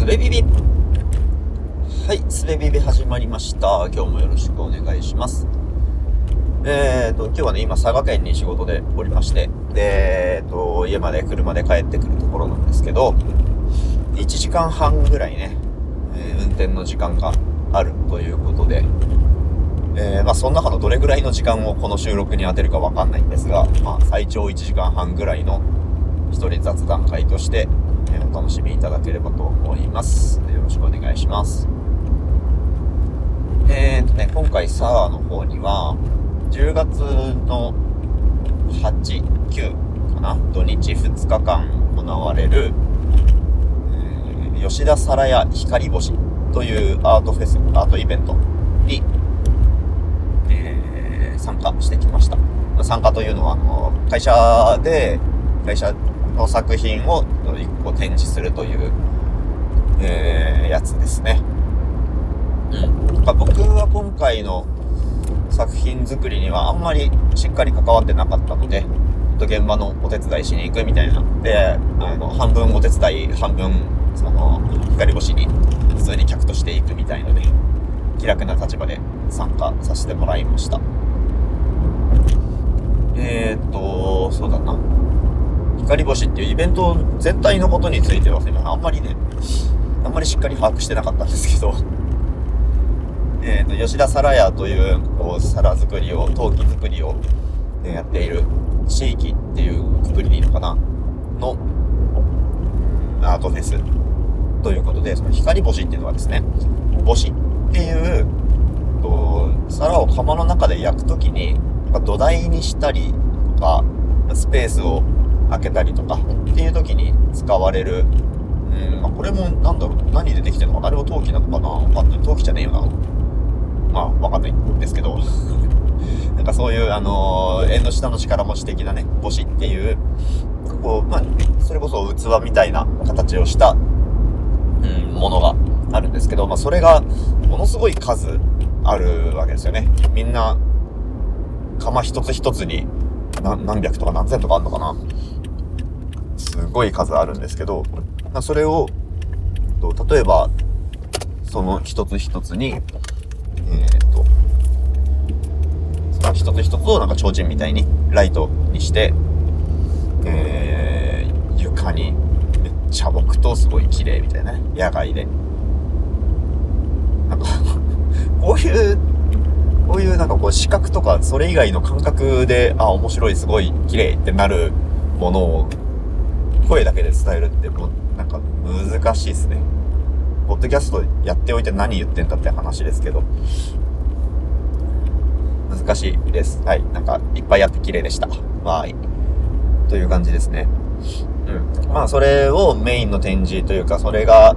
べビビ。はい、すべビビ始まりました。今日もよろしくお願いします。今日はね、今佐賀県に仕事でおりまして、で、家まで車で帰ってくるところなんですけど、1時間半ぐらいね、運転の時間があるということで、その中のどれぐらいの時間をこの収録に当てるかわかんないんですが、最長1時間半ぐらいの一人雑談会として、お楽しみいただければと思います。よろしくお願いします。今回佐賀の方には、10月の8、9かな土日2日間行われる、吉田皿屋光星というアートイベントに、参加してきました。参加というのは、会社の作品を1個展示するという、やつですね。僕は今回の作品作りにはあんまりしっかり関わってなかったので、現場のお手伝いしに行くみたいなで、半分お手伝い、半分光星に普通に客として行くみたいので、気楽な立場で参加させてもらいました。そうだな。光星っていうイベント全体のことについてはあんまりしっかり把握してなかったんですけど、吉田皿屋という皿作りを、陶器作りを、やっている地域っていうくくりでいいのかなのアートフェスということで、その光星っていうのはですね、星っていう皿を窯の中で焼くときに土台にしたりとかスペースを開けたりとかっていう時に使われる、これも何でできてるのかな、あれは陶器なのかな、わかんない。陶器じゃねえよな、わかんないんですけどなんかそういう縁の下の力持ち的なね、星っていうそれこそ器みたいな形をした、ものがあるんですけど、それがものすごい数あるわけですよね。みんな窯一つ一つに何百とか何千とかあるのかな、すごい数あるんですけど、それを例えばその一つ一つにその一つ一つを提灯みたいにライトにして、床にめっちゃ置くとすごい綺麗みたいなね、野外でこういう視覚とかそれ以外の感覚で面白い、すごい綺麗ってなるものを声だけで伝えるってもう難しいですね。ポッドキャストやっておいて何言ってんだって話ですけど、難しいです。はい、いっぱいやって綺麗でした。という感じですね。それをメインの展示というか、それが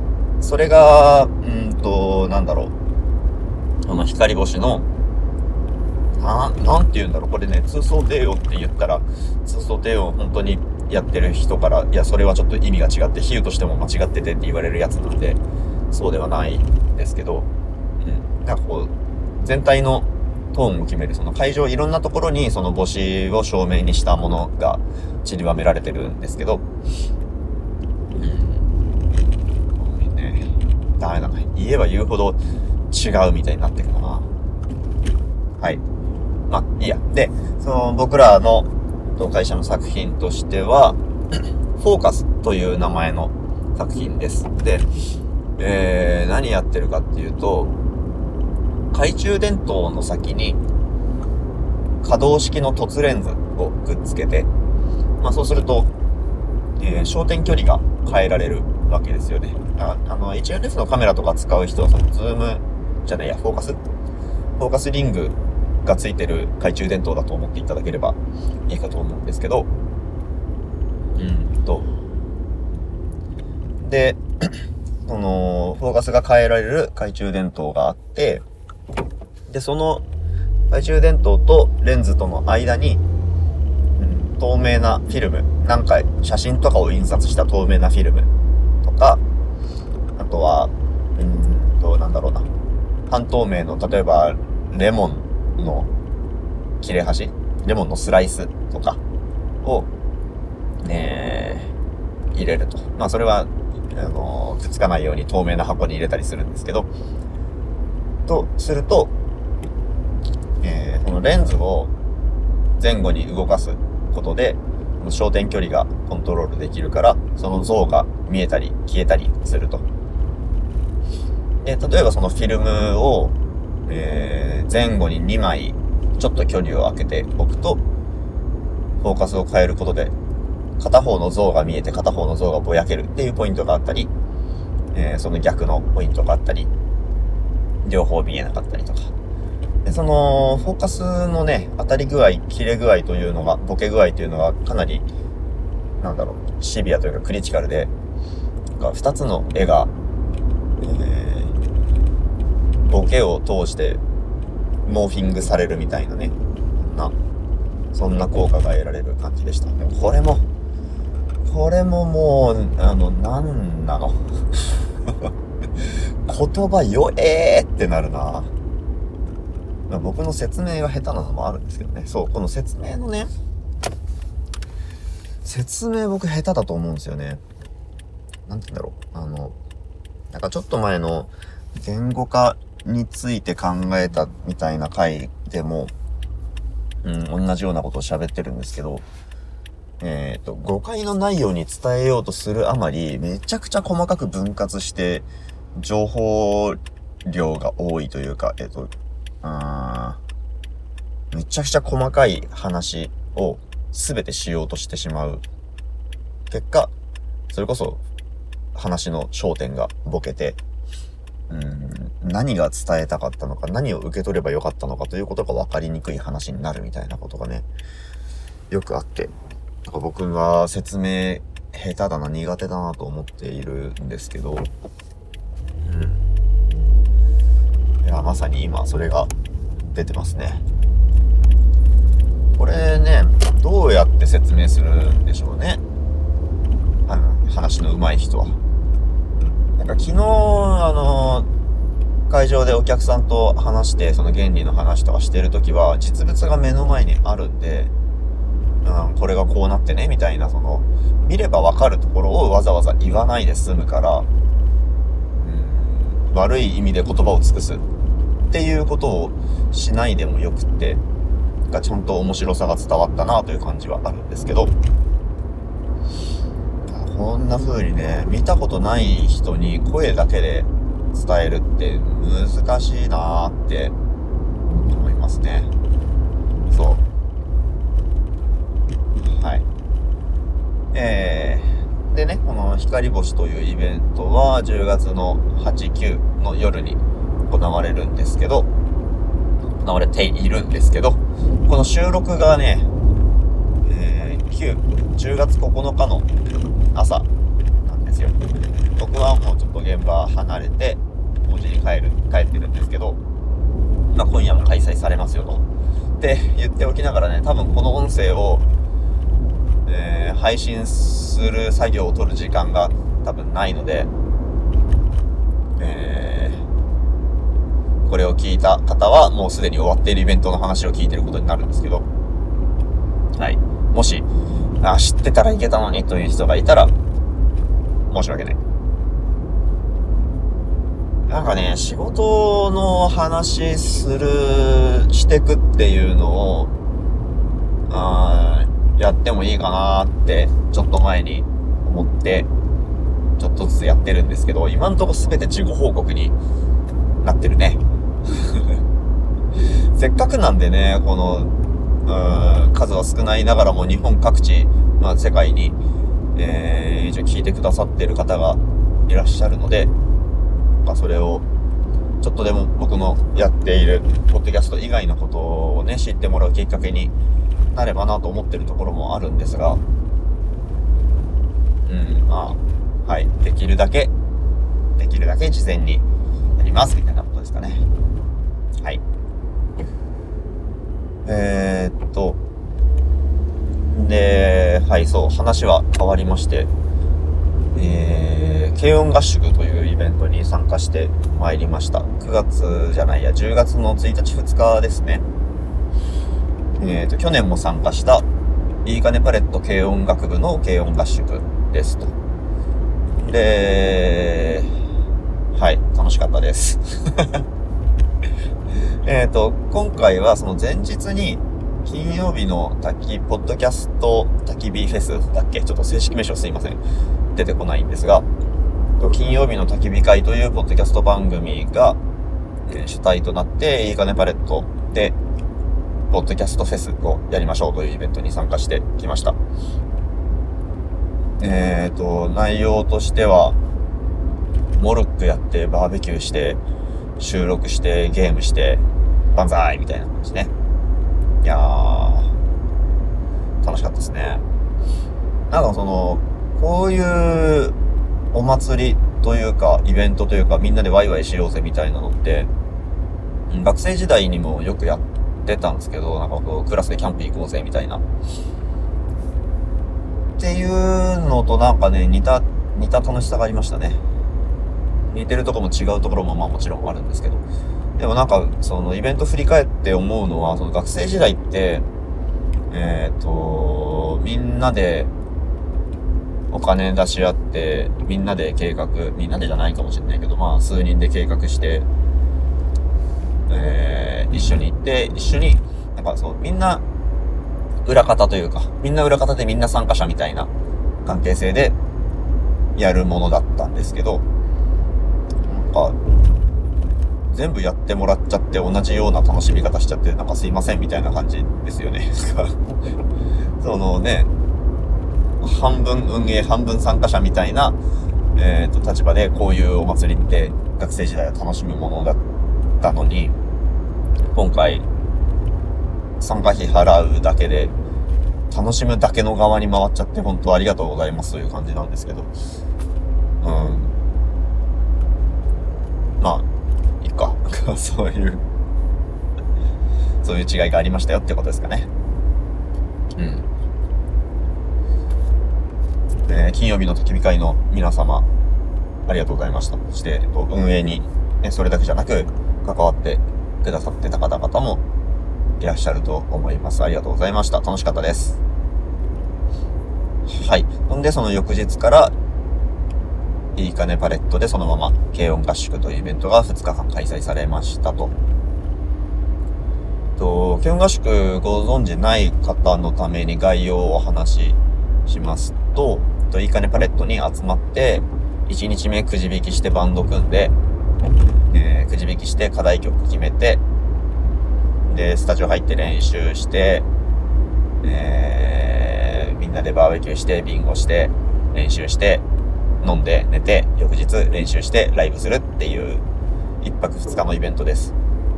光星のなんて言うんだろう、これね、通奏帝王って言ったら、通奏帝王本当にやってる人から、いや、それはちょっと意味が違って、比喩としても間違っててって言われるやつなんで、そうではないんですけど、全体のトーンを決める、その会場いろんなところにその星を照明にしたものが散りばめられてるんですけど、ダメだな。言えば言うほど違うみたいになってくるな。はい。いいや。で、僕らの会社の作品としては、フォーカスという名前の作品です。で、何やってるかっていうと、懐中電灯の先に可動式の凸レンズをくっつけて、そうすると、焦点距離が変えられるわけですよね。HRF のカメラとか使う人はズームじゃないや、フォーカスリングがついてる懐中電灯だと思っていただければいいかと思うんですけど、で、フォーカスが変えられる懐中電灯があって、で、その懐中電灯とレンズとの間に、透明なフィルム、写真とかを印刷した透明なフィルムとか、あとは、半透明の、例えば、レモンの切れ端、レモンのスライスとかを、入れると。それはくっつかないように透明な箱に入れたりするんですけど、とすると、このレンズを前後に動かすことで焦点距離がコントロールできるから、その像が見えたり消えたりすると。で、例えばそのフィルムを、前後に2枚ちょっと距離を空けておくと、フォーカスを変えることで片方の像が見えて片方の像がぼやけるっていうポイントがあったり、その逆のポイントがあったり、両方見えなかったりとか。で、そのフォーカスのね、当たり具合、切れ具合というのが、ボケ具合というのがかなり、シビアというかクリティカルで、二つの絵が、ボケを通してモーフィングされるみたいなね、そんな効果が得られる感じでした。でもこれももう、なんなの言葉弱ってなるな。僕の説明が下手なのもあるんですけどね。そう、この説明僕下手だと思うんですよね。なんて言うんだろう。なんかちょっと前の言語化について考えたみたいな回でも、同じようなことを喋ってるんですけど、誤解のないように伝えようとするあまり、めちゃくちゃ細かく分割して、情報量が多いというか、めちゃくちゃ細かい話を全てしようとしてしまう。結果、それこそ話の焦点がボケて、何が伝えたかったのか、何を受け取ればよかったのかということが分かりにくい話になるみたいなことがね、よくあって、なんか僕が説明下手だな、苦手だなと思っているんですけど、いや、まさに今それが出てますね。これね、どうやって説明するんでしょうね。話の上手い人は。なんか昨日、会場でお客さんと話して、その原理の話とかしてるときは、実物が目の前にあるんで、これがこうなってね、みたいな、見ればわかるところをわざわざ言わないで済むから、悪い意味で言葉を尽くすっていうことをしないでもよくって、ちゃんと面白さが伝わったなという感じはあるんですけど、こんな風にね、見たことない人に声だけで伝えるって難しいなーって思いますね。そう。はい。でね、この光星というイベントは10月の8、9の夜に行われているんですけど、この収録がね、10月9日の朝なんですよ。僕はもうちょっと現場離れて、お家に帰ってるんですけど、今夜も開催されますよと。って言っておきながらね、多分この音声を、配信する作業を取る時間が多分ないので、これを聞いた方はもうすでに終わっているイベントの話を聞いてることになるんですけど、はい。もし、知ってたらいけたのにという人がいたら、申し訳ない。なんかね、仕事の話してくっていうのを、やってもいいかなーって、ちょっと前に思って、ちょっとずつやってるんですけど、今んとこすべて事後報告になってるね。せっかくなんでね、この、数は少ないながらも日本各地、世界に、一応聞いてくださってる方がいらっしゃるので、それをちょっとでも僕のやっているポッドキャスト以外のことをね、知ってもらうきっかけになればなと思ってるところもあるんですが、はい、できるだけ事前にやりますみたいなことですかね。はい。はい、そう、話は変わりまして、軽音合宿というイベントに参加してまいりました。10月の1日2日ですね。去年も参加したいいかねパレット軽音楽部の軽音合宿ですと。 で、はい、楽しかったです。今回はその前日に、金曜日のポッドキャスト焚き火フェスだっけ？ちょっと正式名称すいません。出てこないんですが、金曜日の焚き火会というポッドキャスト番組が、主体となって、いいかねパレットで、ポッドキャストフェスをやりましょうというイベントに参加してきました。内容としては、モルックやって、バーベキューして、収録して、ゲームして、万歳みたいな感じね。いやー、楽しかったですね。なんかこういうお祭りというか、イベントというか、みんなでワイワイしようぜみたいなのって、学生時代にもよくやってたんですけど、なんかクラスでキャンプ行こうぜみたいな。っていうのとなんかね、似た楽しさがありましたね。似てるところも違うところももちろんあるんですけど。でもなんか、イベント振り返って思うのは、学生時代って、みんなでお金出し合って、みんなで計画、みんなでじゃないかもしれないけど、数人で計画して、一緒に行って、一緒に、なんかみんな、裏方というか、みんな裏方でみんな参加者みたいな関係性でやるものだったんですけど、なんか、全部やってもらっちゃって同じような楽しみ方しちゃって、なんかすいませんみたいな感じですよね。半分運営、半分参加者みたいな、立場でこういうお祭りって学生時代は楽しむものだったのに、今回、参加費払うだけで、楽しむだけの側に回っちゃって本当ありがとうございますという感じなんですけど。いっか。そういう違いがありましたよってことですかね。金曜日の焚き火会の皆様、ありがとうございました。そして、運営に、それだけじゃなく、関わってくださってた方々もいらっしゃると思います。ありがとうございました。楽しかったです。はい。んで、その翌日から、いいかねパレットでそのまま軽音合宿というイベントが2日間開催されましたと。軽音合宿ご存知ない方のために概要をお話ししますと、いいかねパレットに集まって、1日目くじ引きしてバンド組んで、くじ引きして課題曲決めて、で、スタジオ入って練習して、みんなでバーベキューして、ビンゴして、練習して、飲んで寝て、翌日練習してライブするっていう、1泊2日のイベントです。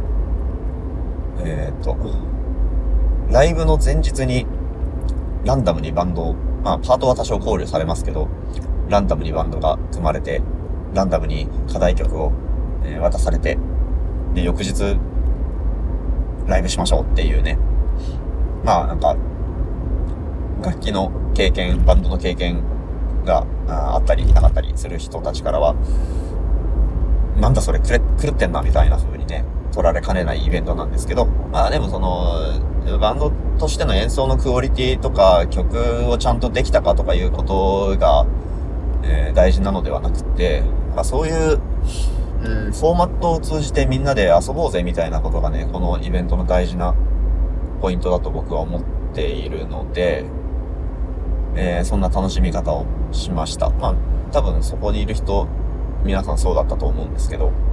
ライブの前日に、ランダムにバンドを、パートは多少考慮されますけど、ランダムにバンドが組まれて、ランダムに課題曲を、渡されて、で、翌日、ライブしましょうっていうね。なんか、楽器の経験、バンドの経験があったりなかったりする人たちからは、なんだそれ狂ってんなみたいな風にね、取られかねないイベントなんですけど、でもバンドとしての演奏のクオリティとか、曲をちゃんとできたかとかいうことが、大事なのではなくて、そういう、フォーマットを通じてみんなで遊ぼうぜみたいなことがね、このイベントの大事なポイントだと僕は思っているので、そんな楽しみ方をしました。多分そこにいる人、皆さんそうだったと思うんですけど、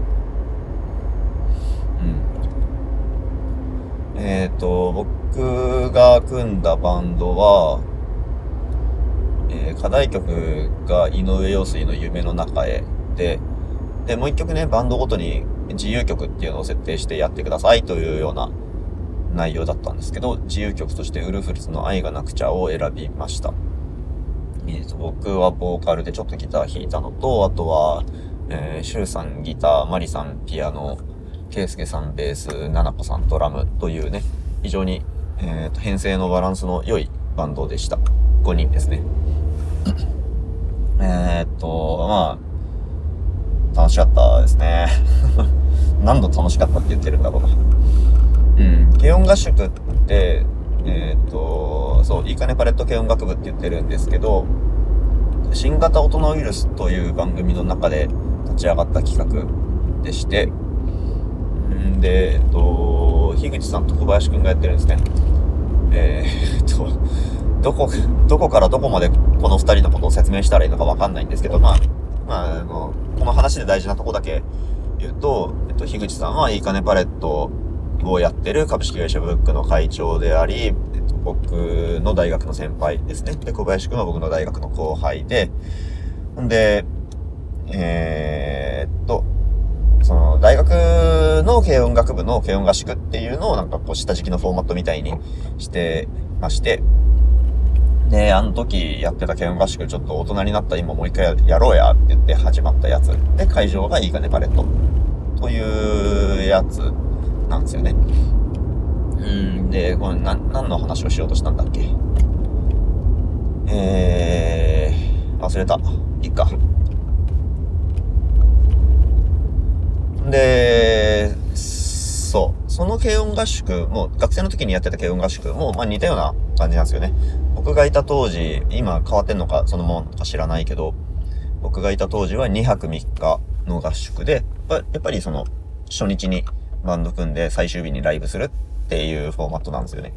僕が組んだバンドは、課題曲が井上陽水の夢の中へで、もう一曲ね、バンドごとに自由曲っていうのを設定してやってくださいというような内容だったんですけど、自由曲としてウルフルズの愛がなくちゃを選びました。僕はボーカルでちょっとギター弾いたのと、あとは、シュウさんギター、マリさんピアノ、ケイスケさんベース、ナナコさんドラムというね、非常に、編成のバランスの良いバンドでした。5人ですね。楽しかったですね。何度楽しかったって言ってるんだろうな。軽音合宿って、そう、いいかねパレット軽音楽部って言ってるんですけど、 新型大人ウイルスという番組の中で立ち上がった企画でして、で、樋口さんと小林くんがやってるんですね。どこからどこまでこの二人のことを説明したらいいのかわかんないんですけど、この話で大事なとこだけ言うと、樋口さんはいいかねパレットをやってる株式会社ブックの会長であり、僕の大学の先輩ですね。で、小林くんは僕の大学の後輩で、で、その大学の軽音楽部の軽音合宿っていうのをなんかこう下敷きのフォーマットみたいにしてまして、で、あの時やってた軽音合宿ちょっと大人になった今もう一回やろうやって言って始まったやつで、会場がいいかねパレットというやつなんですよね。で、これ何の話をしようとしたんだっけ。忘れた。いいか。で、その軽音合宿も、学生の時にやってた軽音合宿も、似たような感じなんですよね。僕がいた当時、今変わってんのか、そのままか知らないけど、僕がいた当時は2泊3日の合宿で、やっぱりその、初日にバンド組んで最終日にライブするっていうフォーマットなんですよね。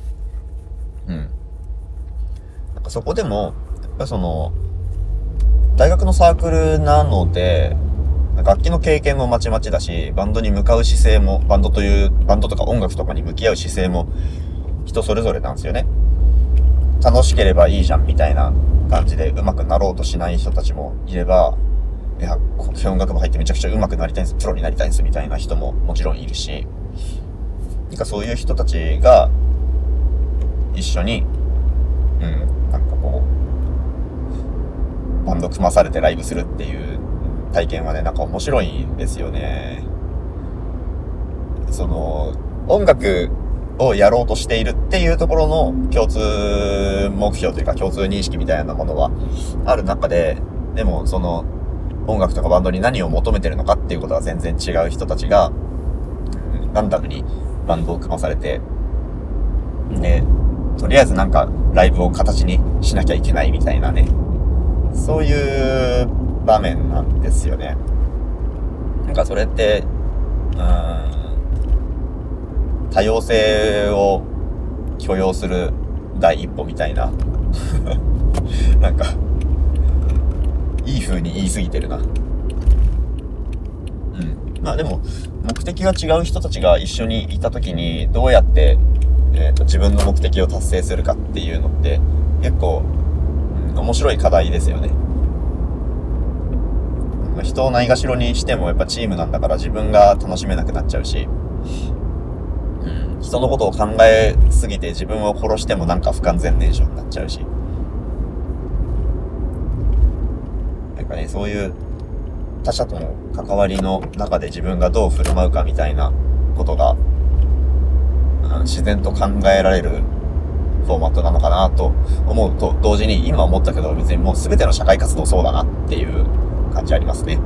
なんかそこでも、やっぱその、大学のサークルなので、楽器の経験もまちまちだし、バンドに向かう姿勢も、バンドとか音楽とかに向き合う姿勢も人それぞれなんですよね。楽しければいいじゃんみたいな感じで上手くなろうとしない人たちもいれば、いや、軽音楽部入ってめちゃくちゃ上手くなりたいんです、プロになりたいんですみたいな人ももちろんいるし、なんかそういう人たちが一緒に、なんかこう、バンド組まされてライブするっていう体験はね、なんか面白いんですよね。その、音楽をやろうとしているっていうところの共通目標というか共通認識みたいなものはある中で、でもその音楽とかバンドに何を求めてるのかっていうことは全然違う人たちが、ランダムにバンドを組まされて、で、とりあえずなんかライブを形にしなきゃいけないみたいなね、そういう場面なんですよね。なんかそれって、多様性を許容する第一歩みたいななんかいい風に言い過ぎてるな。でも目的が違う人たちが一緒にいた時にどうやって、自分の目的を達成するかっていうのって結構、面白い課題ですよね。人をないがしろにしてもやっぱチームなんだから自分が楽しめなくなっちゃうし、人のことを考えすぎて自分を殺してもなんか不完全燃焼になっちゃうし、なんかね、そういう他者との関わりの中で自分がどう振る舞うかみたいなことが、自然と考えられるフォーマットなのかなと思うと同時に、今思ったけど別にもう全ての社会活動そうだなっていう感じありますね。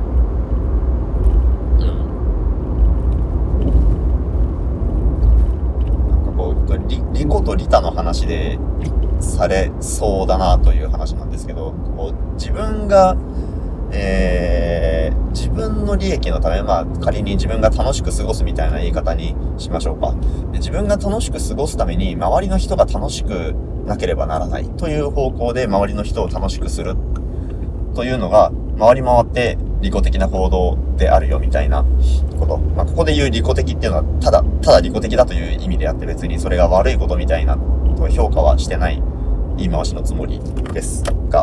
リコとリタの話でされそうだなという話なんですけど、自分が、自分の利益のため、仮に自分が楽しく過ごすみたいな言い方にしましょうか。で、自分が楽しく過ごすために周りの人が楽しくなければならないという方向で周りの人を楽しくするというのが回り回って利己的な行動であるよみたいなこと。ここで言う利己的っていうのはただ利己的だという意味であって、別にそれが悪いことみたいな評価はしてない言い回しのつもりですが、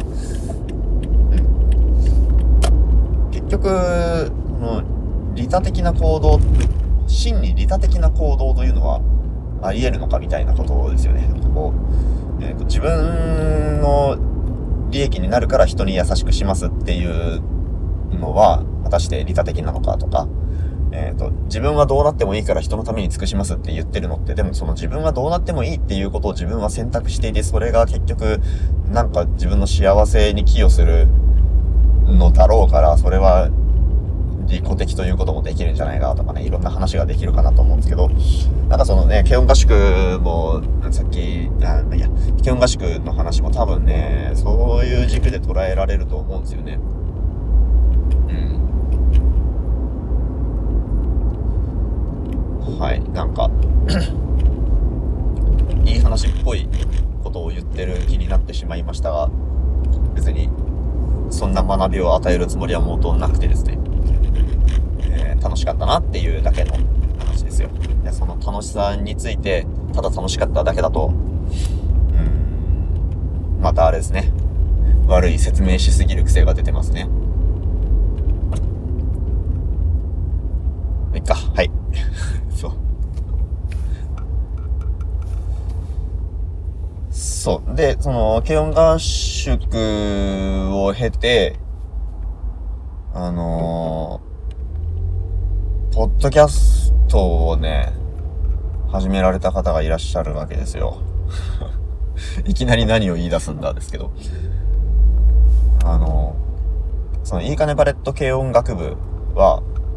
結局利他的な行動、真に利他的な行動というのはあり得るのかみたいなことですよね。自分の利益になるから人に優しくしますっていうのは果たして利他的なのかとか、自分はどうなってもいいから人のために尽くしますって言ってるのって、でもその自分はどうなってもいいっていうことを自分は選択していて、それが結局なんか自分の幸せに寄与するのだろうから、それは利己的ということもできるんじゃないかとかね、いろんな話ができるかなと思うんですけど、なんかそのね、軽音合宿も、さっき、軽音合宿の話も多分ね、そういう軸で捉えられると思うんですよね。はい、なんか、いい話っぽいことを言ってる気になってしまいましたが、別に、そんな学びを与えるつもりはもとなくてですね、楽しかったなっていうだけの話ですよ。で、その楽しさについて、ただ楽しかっただけだと、またあれですね、悪い説明しすぎる癖が出てますね。いっか、はい。そう。そう。で、その、軽音合宿を経て、ポッドキャストをね、始められた方がいらっしゃるわけですよ。いきなり何を言い出すんだですけど。その、いいかねバレット軽音楽部は、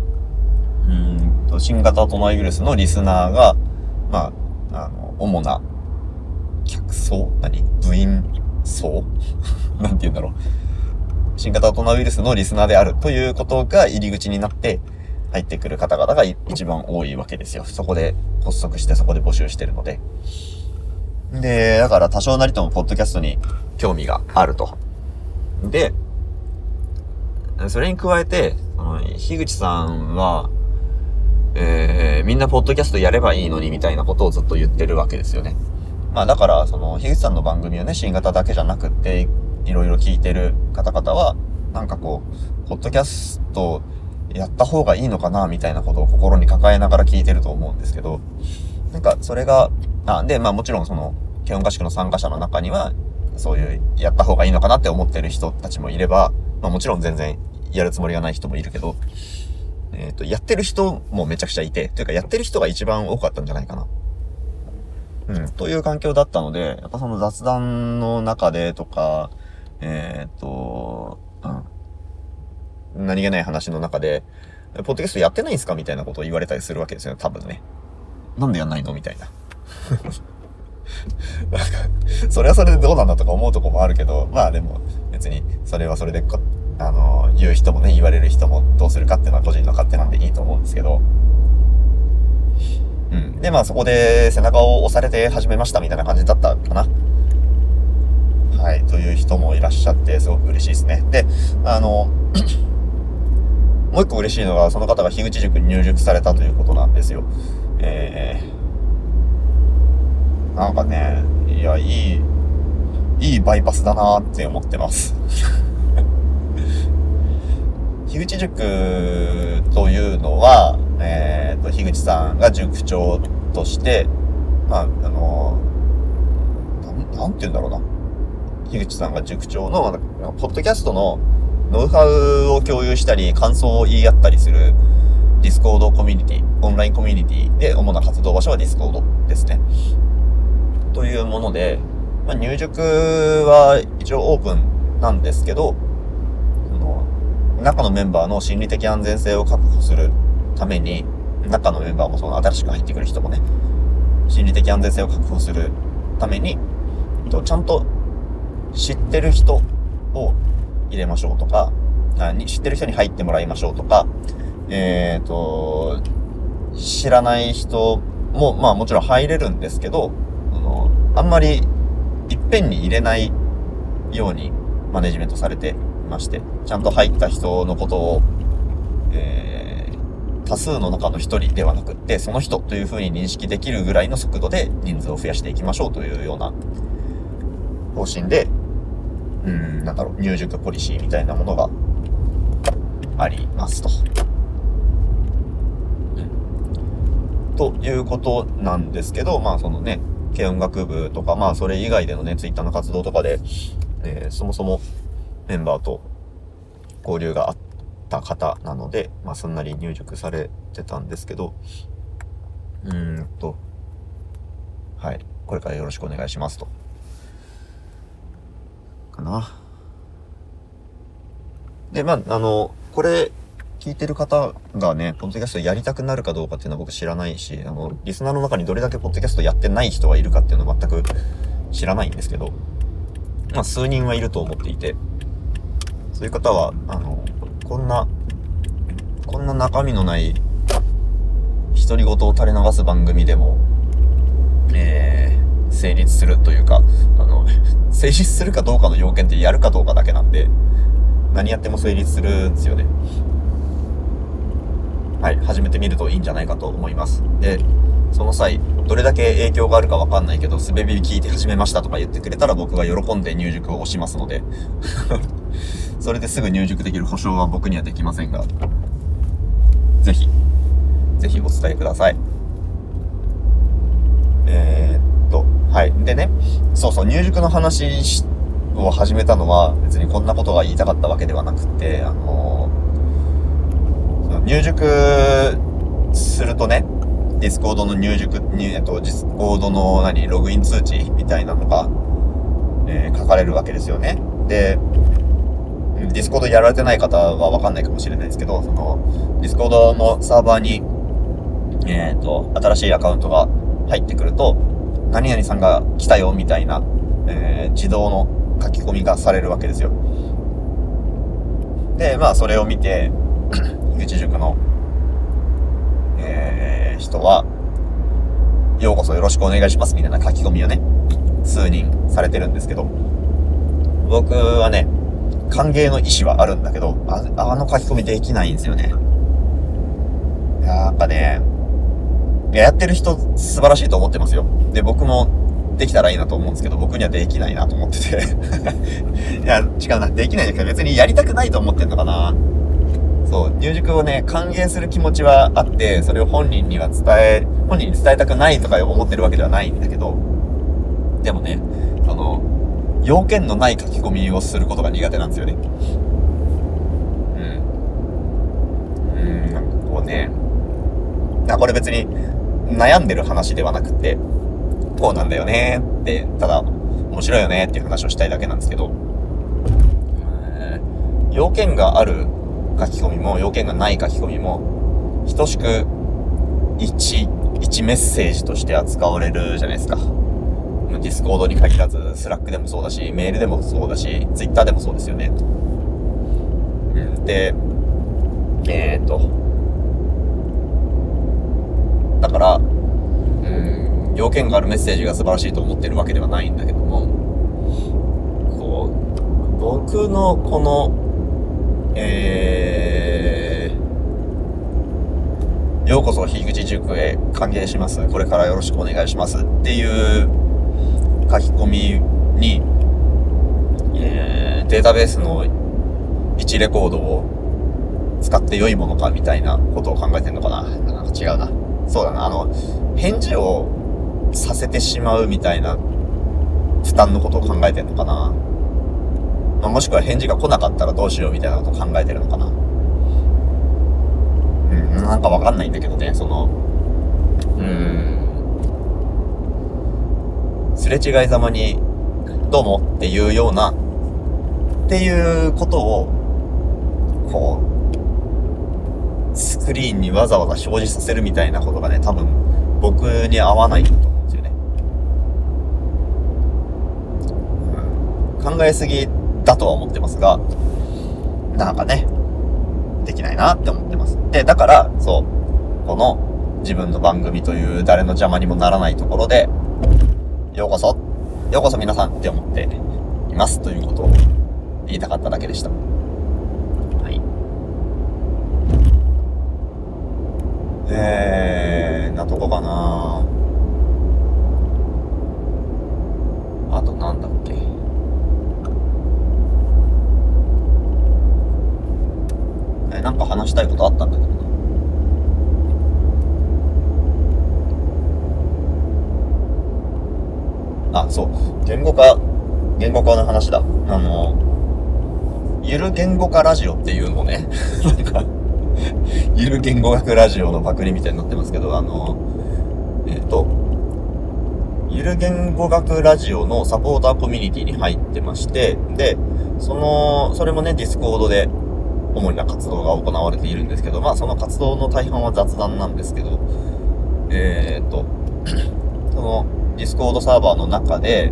新型トナウイルスのリスナーが、まあ、主な客層部員層なんて言うんだろう。新型コロナウイルスのリスナーであるということが入り口になって入ってくる方々が一番多いわけですよ。そこで発足してそこで募集してるので。で、だから多少なりともポッドキャストに興味があると。で、それに加えて、樋口さんは、みんなポッドキャストやればいいのにみたいなことをずっと言ってるわけですよね。まあだから、樋口さんの番組をね、新型だけじゃなくって、いろいろ聞いてる方々は、なんかこう、ポッドキャストやった方がいいのかな、みたいなことを心に抱えながら聞いてると思うんですけど、なんかそれが、で、まあもちろん軽音合宿の参加者の中には、そういう、やった方がいいのかなって思ってる人たちもいれば、まあもちろん全然やるつもりがない人もいるけど、やってる人もめちゃくちゃいて、というかやってる人が一番多かったんじゃないかな。という環境だったので、やっぱその雑談の中でとか、何気ない話の中で、ポッドキャストやってないんすかみたいなことを言われたりするわけですよね、多分ね。なんでやんないのみたいな。なんか、それはそれでどうなんだとか思うとこもあるけど、まあでも、別に、それはそれで言う人もね、言われる人もどうするかっていうのは個人の勝手なんでいいと思うんですけど、で、まあそこで背中を押されて始めましたみたいな感じだったかな。はい、という人もいらっしゃって、すごく嬉しいですね。で、もう一個嬉しいのが、その方が樋口塾に入塾されたということなんですよ。なんかね、いや、いいバイパスだなーって思ってます。樋口塾というのは、樋口さんが塾長として、まあ、なんて言うんだろうな。樋口さんが塾長の、ポッドキャストのノウハウを共有したり、感想を言い合ったりするディスコードコミュニティ、オンラインコミュニティで、主な活動場所はディスコードですね。というもので、まあ、入塾は一応オープンなんですけど、中のメンバーの心理的安全性を確保するために、中のメンバーも新しく入ってくる人もね、心理的安全性を確保するために、ちゃんと知ってる人を入れましょうとか、知ってる人に入ってもらいましょうとか、知らない人も、まあもちろん入れるんですけど、あんまりいっぺんに入れないようにマネジメントされていまして、ちゃんと入った人のことを、多数の中の一人ではなくって、その人という風に認識できるぐらいの速度で人数を増やしていきましょうというような方針で、入塾ポリシーみたいなものがありますと。ということなんですけど、まあそのね、軽音楽部とか、まあそれ以外でのね、ツイッターの活動とかで、そもそもメンバーと交流があった方なので、まあすんなり入塾されてたんですけど、はい、これからよろしくお願いしますと。かな。で、まあ、これ、 聞いてる方がね、ポッドキャストやりたくなるかどうかっていうのは僕知らないし、リスナーの中にどれだけポッドキャストやってない人がいるかっていうのは全く知らないんですけど、まあ数人はいると思っていて、そういう方は、こんな中身のない独り言を垂れ流す番組でも、成立するというか、成立するかどうかの要件ってやるかどうかだけなんで、何やっても成立するんですよね。はい、始めてみるといいんじゃないかと思います。で、その際、どれだけ影響があるかわかんないけど、すべび聞いて始めましたとか言ってくれたら僕が喜んで入塾を押しますので、それですぐ入塾できる保証は僕にはできませんが、ぜひお伝えください。はい。でね、入塾の話を始めたのは別にこんなことが言いたかったわけではなくて、入塾するとね、ディスコードの入塾に、ディスコードのログイン通知みたいなのが、書かれるわけですよね。で、ディスコードやられてない方はわかんないかもしれないですけど、ディスコードのサーバーに、新しいアカウントが入ってくると、何々さんが来たよみたいな、自動の書き込みがされるわけですよ。で、まあそれを見て、樋口塾の、人は、ようこそよろしくお願いしますみたいな書き込みをね、数人されてるんですけど、僕はね、歓迎の意思はあるんだけど、あの書き込みできないんですよね。やっぱね、やってる人素晴らしいと思ってますよ。で、僕もできたらいいなと思うんですけど、僕にはできないなと思ってて。いや、違うな。できないんだけど、別にやりたくないと思ってんのかな。そう、入塾をね、歓迎する気持ちはあって、それを本人に伝えたくないとか思ってるわけではないんだけど、でもね、要件のない書き込みをすることが苦手なんですよね。なんかこうね、これ別に悩んでる話ではなくて、こうなんだよねって、ただ面白いよねっていう話をしたいだけなんですけど、要件がある書き込みも要件がない書き込みも等しく一メッセージとして扱われるじゃないですか。ディスコードに限らず、スラックでもそうだし、メールでもそうだし、ツイッターでもそうですよね。で、だから、要件があるメッセージが素晴らしいと思ってるわけではないんだけども、僕のこの、ようこそ樋口塾へ歓迎します。これからよろしくお願いします。っていう書き込みに、データベースの1レコードを使って良いものかみたいなことを考えてんのかな。なんか違うな。そうだな。返事をさせてしまうみたいな負担のことを考えてんのかな。もしくは返事が来なかったらどうしようみたいなことを考えてるのかな。なんかわかんないんだけどね、すれ違いざまに、どうもっていうような、っていうことを、スクリーンにわざわざ表示させるみたいなことがね、多分、僕に合わないと思うんですよね。考えすぎだとは思ってますが、なんかね、できないなって思ってます。で、だから、この自分の番組という誰の邪魔にもならないところで、ようこそ皆さんって思っていますということを言いたかっただけでした。はい。なとこかな。あとなんだっけ。なんか話したいことあったんだけどな。そう。言語化の話だ。ゆる言語化ラジオっていうのをね、なんか、ゆる言語学ラジオのパクリみたいになってますけど、ゆる言語学ラジオのサポーターコミュニティに入ってまして、で、それもね、ディスコードで、 主な活動が行われているんですけど、その活動の大半は雑談なんですけど、そのディスコードサーバーの中で、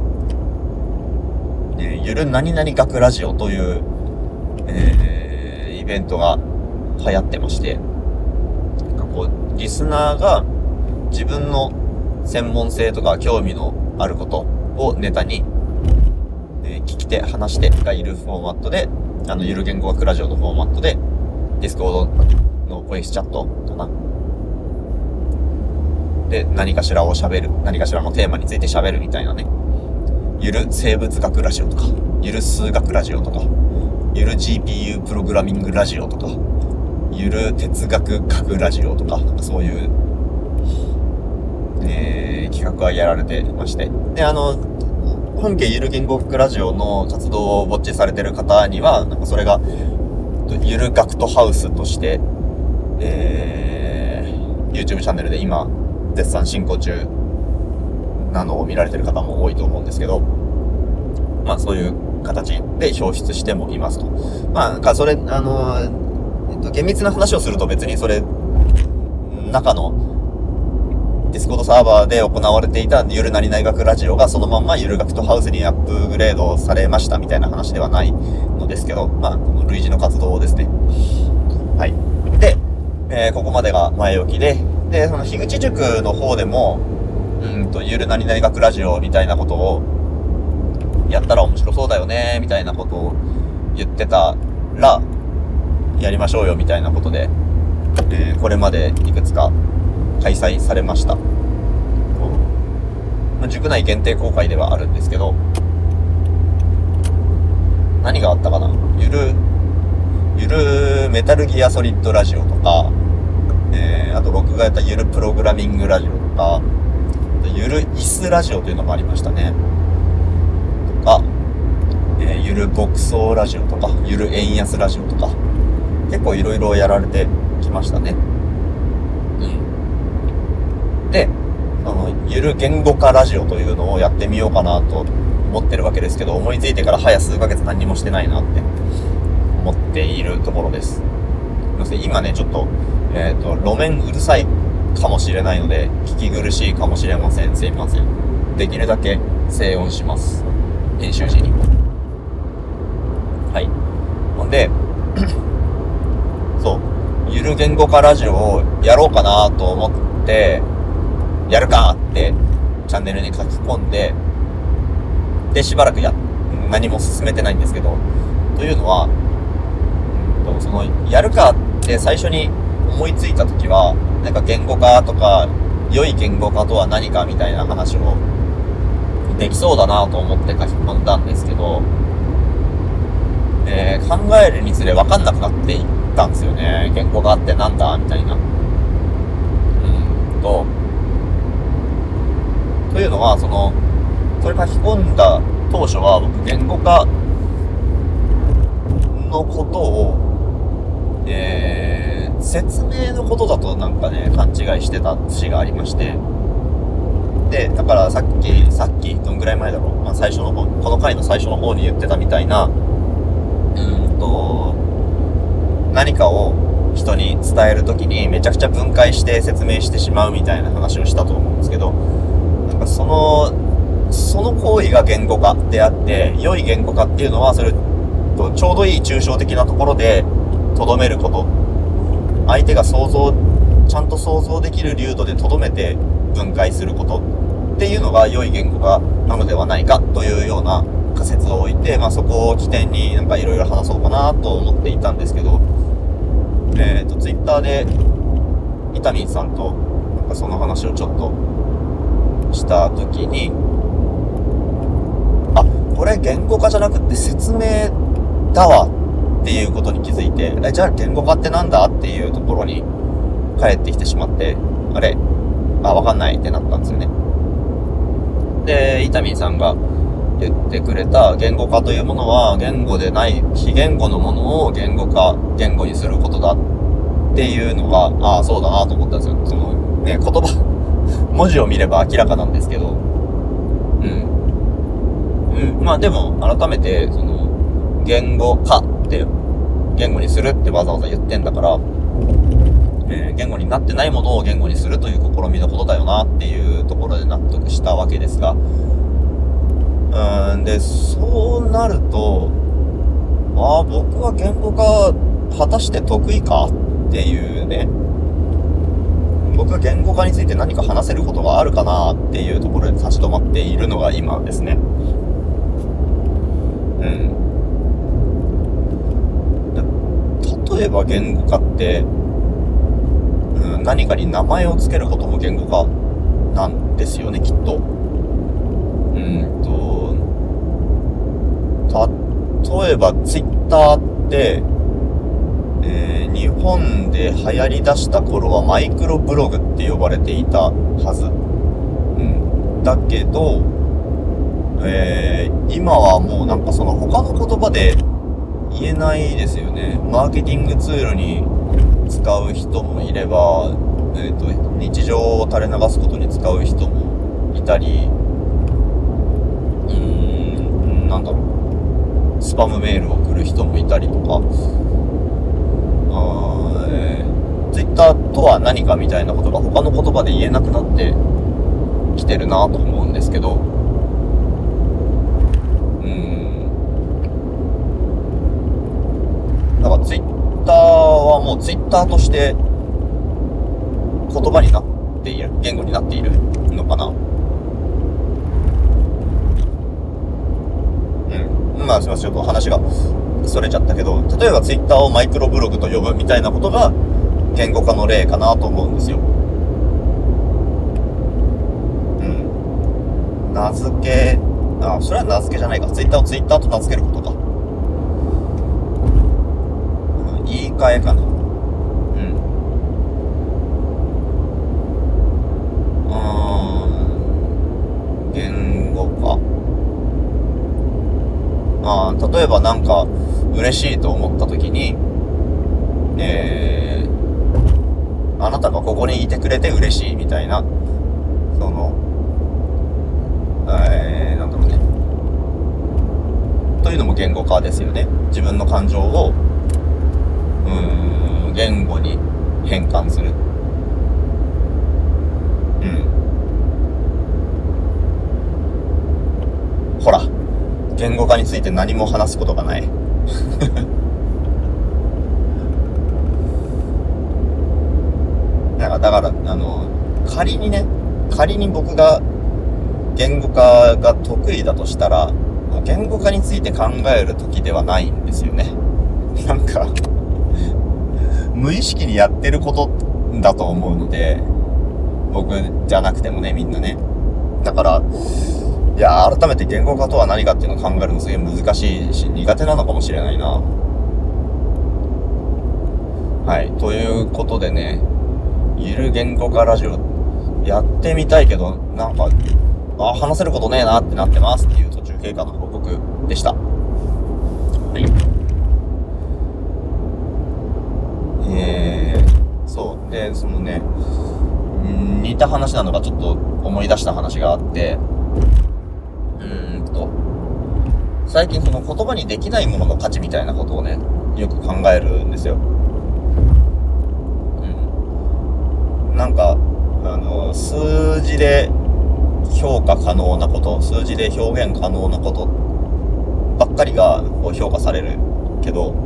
ゆる何々学ラジオという、イベントが流行ってまして、リスナーが自分の専門性とか興味のあることをネタに、聞き手、話し手がいるフォーマットで、ゆる言語学ラジオのフォーマットで、ディスコードのボイスチャットかな。で、何かしらを喋る。何かしらのテーマについて喋るみたいなね。ゆる生物学ラジオとか、ゆる数学ラジオとか、ゆる GPU プログラミングラジオとか、ゆる哲学学ラジオとか、そういう、企画がやられてまして。で、本家ゆる言語学ラジオの活動をウォッチされてる方には、それが、ゆる学徒ハウスとして、YouTube チャンネルで今、絶賛進行中なのを見られてる方も多いと思うんですけど、そういう形で表出してもいますと。それ、厳密な話をすると別にそれ、中の、ディスコードサーバーで行われていたゆる何々学ラジオがそのまんまゆる学徒ハウスにアップグレードされましたみたいな話ではないのですけど、この類似の活動ですね。はい。で、ここまでが前置きで、その樋口塾の方でも、ゆる何々学ラジオみたいなことをやったら面白そうだよね、みたいなことを言ってたら、やりましょうよみたいなことで、これまでいくつか開催されました。塾内限定公開ではあるんですけど、何があったかな。ゆるメタルギアソリッドラジオとか、あと僕がやったゆるプログラミングラジオとか、ゆるイスラジオというのもありましたね。とか、ゆる牧草ラジオとか、ゆる円安ラジオとか、結構いろいろやられてきましたね。で、ゆる言語化ラジオというのをやってみようかなと思ってるわけですけど、思いついてから早数ヶ月何にもしてないなって思っているところです。今ね、ちょっと、路面うるさいかもしれないので、聞き苦しいかもしれません。すいません。できるだけ静音します。編集時に。はい。ほんで、そう、ゆる言語化ラジオをやろうかなと思って、やるかってチャンネルに書き込んで、で、しばらく何も進めてないんですけど、というのは、その、やるかって最初に思いついたときは、言語化とか、良い言語化とは何かみたいな話をできそうだなと思って書き込んだんですけど、考えるにつれ分かんなくなっていったんですよね。言語化ってなんだみたいな。というのは、それ書き込んだ当初は僕言語化のことを、説明のことだと勘違いしてた節がありまして。で、だからさっき、どんぐらい前だろう。最初の方、この回の最初の方に言ってたみたいな、何かを人に伝えるときにめちゃくちゃ分解して説明してしまうみたいな話をしたと思うんですけど、その行為が言語化であって、良い言語化っていうのは、それとちょうどいい抽象的なところで留めること。相手がちゃんと想像できる流度で留めて分解することっていうのが良い言語化なのではないかというような仮説を置いて、そこを起点にいろいろ話そうかなと思っていたんですけど、ツイッターでイタミンさんとその話をちょっとしたときに、これ言語化じゃなくて説明だわっていうことに気づいて、じゃあ言語化ってなんだっていうところに帰ってきてしまって、わかんないってなったんですよね。で、イタミンさんが言ってくれた言語化というものは、言語でない非言語のものを言語にすることだっていうのが、そうだなと思ったんですよ。言葉、文字を見れば明らかなんですけど、でも、改めて、言語化って言語にするってわざわざ言ってんだから、言語になってないものを言語にするという試みのことだよなっていうところで納得したわけですが、で、そうなると、僕は言語化果たして得意かっていうね、僕が言語化について何か話せることがあるかなっていうところで立ち止まっているのが今ですね。例えば言語化って、何かに名前をつけることも言語化なんですよね、きっと。例えばツイッターって、日本で流行り出した頃はマイクロブログって呼ばれていたはず。だけど、今はもうなんかその他の言葉で言えないですよね。マーケティングツールに使う人もいれば、日常を垂れ流すことに使う人もいたり、なんだろう、スパムメールを送る人もいたりとか、ツイッターとは何かみたいなことが他の言葉で言えなくなってきてるなと思うんですけど、だからツイッターはもうツイッターとして言葉になっている、言語になっているのかな。まあすいません、ちょっと話がそれちゃったけど、例えばツイッターをマイクロブログと呼ぶみたいなことが言語化の例かなと思うんですよ。名付け、それは名付けじゃないか。ツイッターをツイッターと名付けることか。言い換えかな。言語化。例えばなんか嬉しいと思った時に、あなたがここにいてくれて嬉しいみたいな、その、なんだろうね。というのも言語化ですよね。自分の感情を、言語に変換する。ほら、言語化について何も話すことがない。だから、仮に僕が言語化が得意だとしたら、言語化について考える時ではないんですよね。なんか、無意識にやってることだと思うので、僕じゃなくてもね、みんなね。だから、いや、改めて言語化とは何かっていうのを考えるのすげえ難しいし、苦手なのかもしれないな。はい。ということでね、ゆる言語化ラジオやってみたいけど、なんか、話せることねえなってなってますっていう途中経過の報告でした。はい。そう。で、そのね、似た話なのがちょっと思い出した話があって、最近その言葉にできないものの価値みたいなことをね、よく考えるんですよ。なんか、数字で評価可能なこと、数字で表現可能なことばっかりがこう評価されるけど、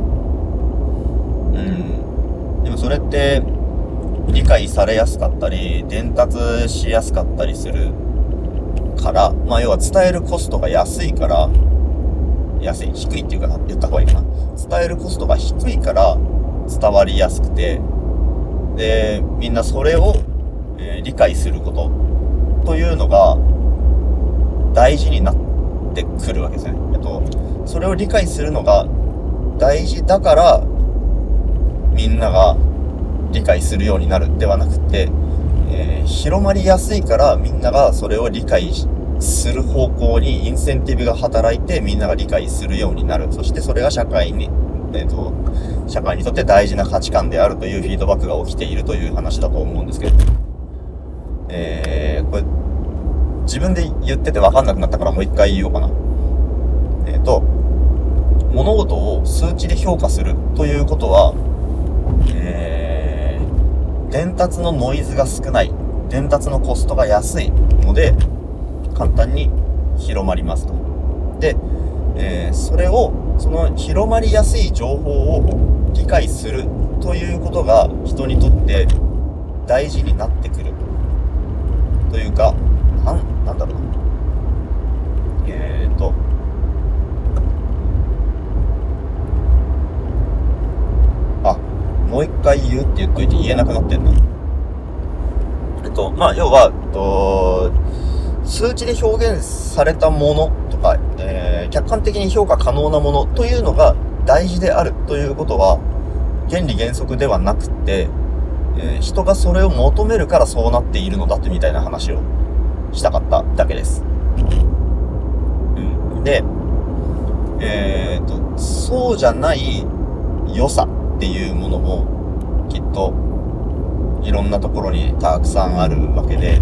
でもそれって理解されやすかったり、伝達しやすかったりするから、要は伝えるコストが安いから、低いっていうか言った方がいいかな。伝えるコストが低いから伝わりやすくて、で、みんなそれを、理解することというのが大事になってくるわけですね。それを理解するのが大事だからみんなが理解するようになるではなくて、広まりやすいからみんながそれを理解する方向にインセンティブが働いてみんなが理解するようになる。そしてそれが社会にとって大事な価値観であるというフィードバックが起きているという話だと思うんですけど、これ自分で言ってて分かんなくなったからもう一回言おうかな。 物事を数値で評価するということは、伝達のノイズが少ない、伝達のコストが安いので簡単に広まりますと。で、その広まりやすい情報を理解するということが人にとって大事になってくるというか、なんだろうな、もう一回言うって言っといて言えなくなってんな。要は、数値で表現されたものとか、客観的に評価可能なものというのが大事であるということは原理原則ではなくて、人がそれを求めるからそうなっているのだってみたいな話をしたかっただけです。で、そうじゃない良さっていうものもきっといろんなところにたくさんあるわけで、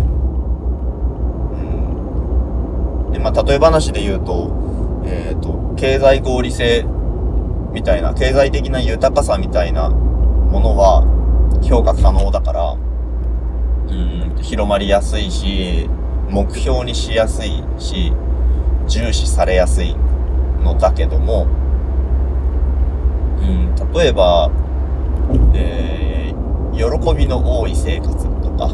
例え話で言うと、経済合理性みたいな、経済的な豊かさみたいなものは評価可能だから、広まりやすいし、目標にしやすいし、重視されやすいのだけども、例えば、喜びの多い生活とか、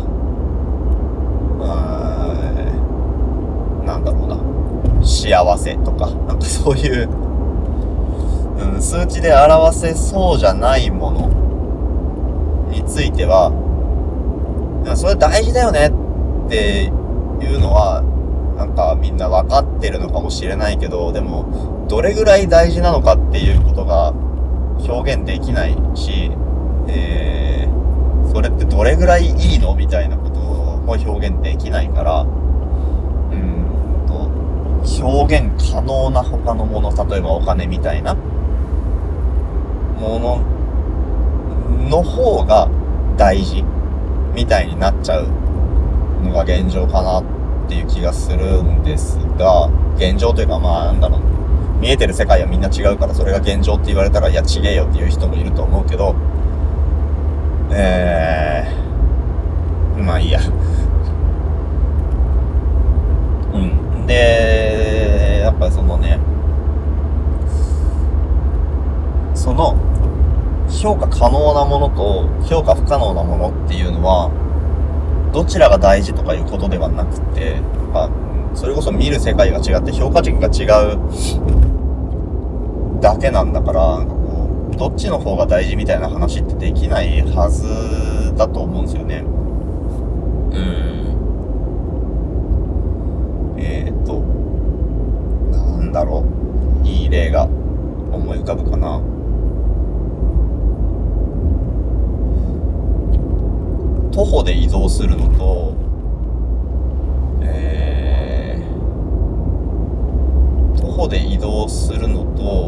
なんだろうな、幸せとか、なんかそういう、数値で表せそうじゃないものについては、それ大事だよねっていうのはなんかみんな分かってるのかもしれないけど、でもどれぐらい大事なのかっていうことが表現できないし、それってどれぐらいいいのみたいなことも表現できないから、表現可能な他のもの、例えばお金みたいなものの方が大事みたいになっちゃうのが現状かなっていう気がするんですが、現状というか、見えてる世界はみんな違うから、それが現状って言われたら、いや違えよっていう人もいると思うけど、まあいいや。で、やっぱその評価可能なものと評価不可能なものっていうのはどちらが大事とかいうことではなくて、それこそ見る世界が違って評価軸が違うだけなんだから、どっちの方が大事みたいな話ってできないはずだと思うんですよね。なんだろう、いい例が思い浮かぶかな。徒歩で移動するのと、徒歩で移動するのと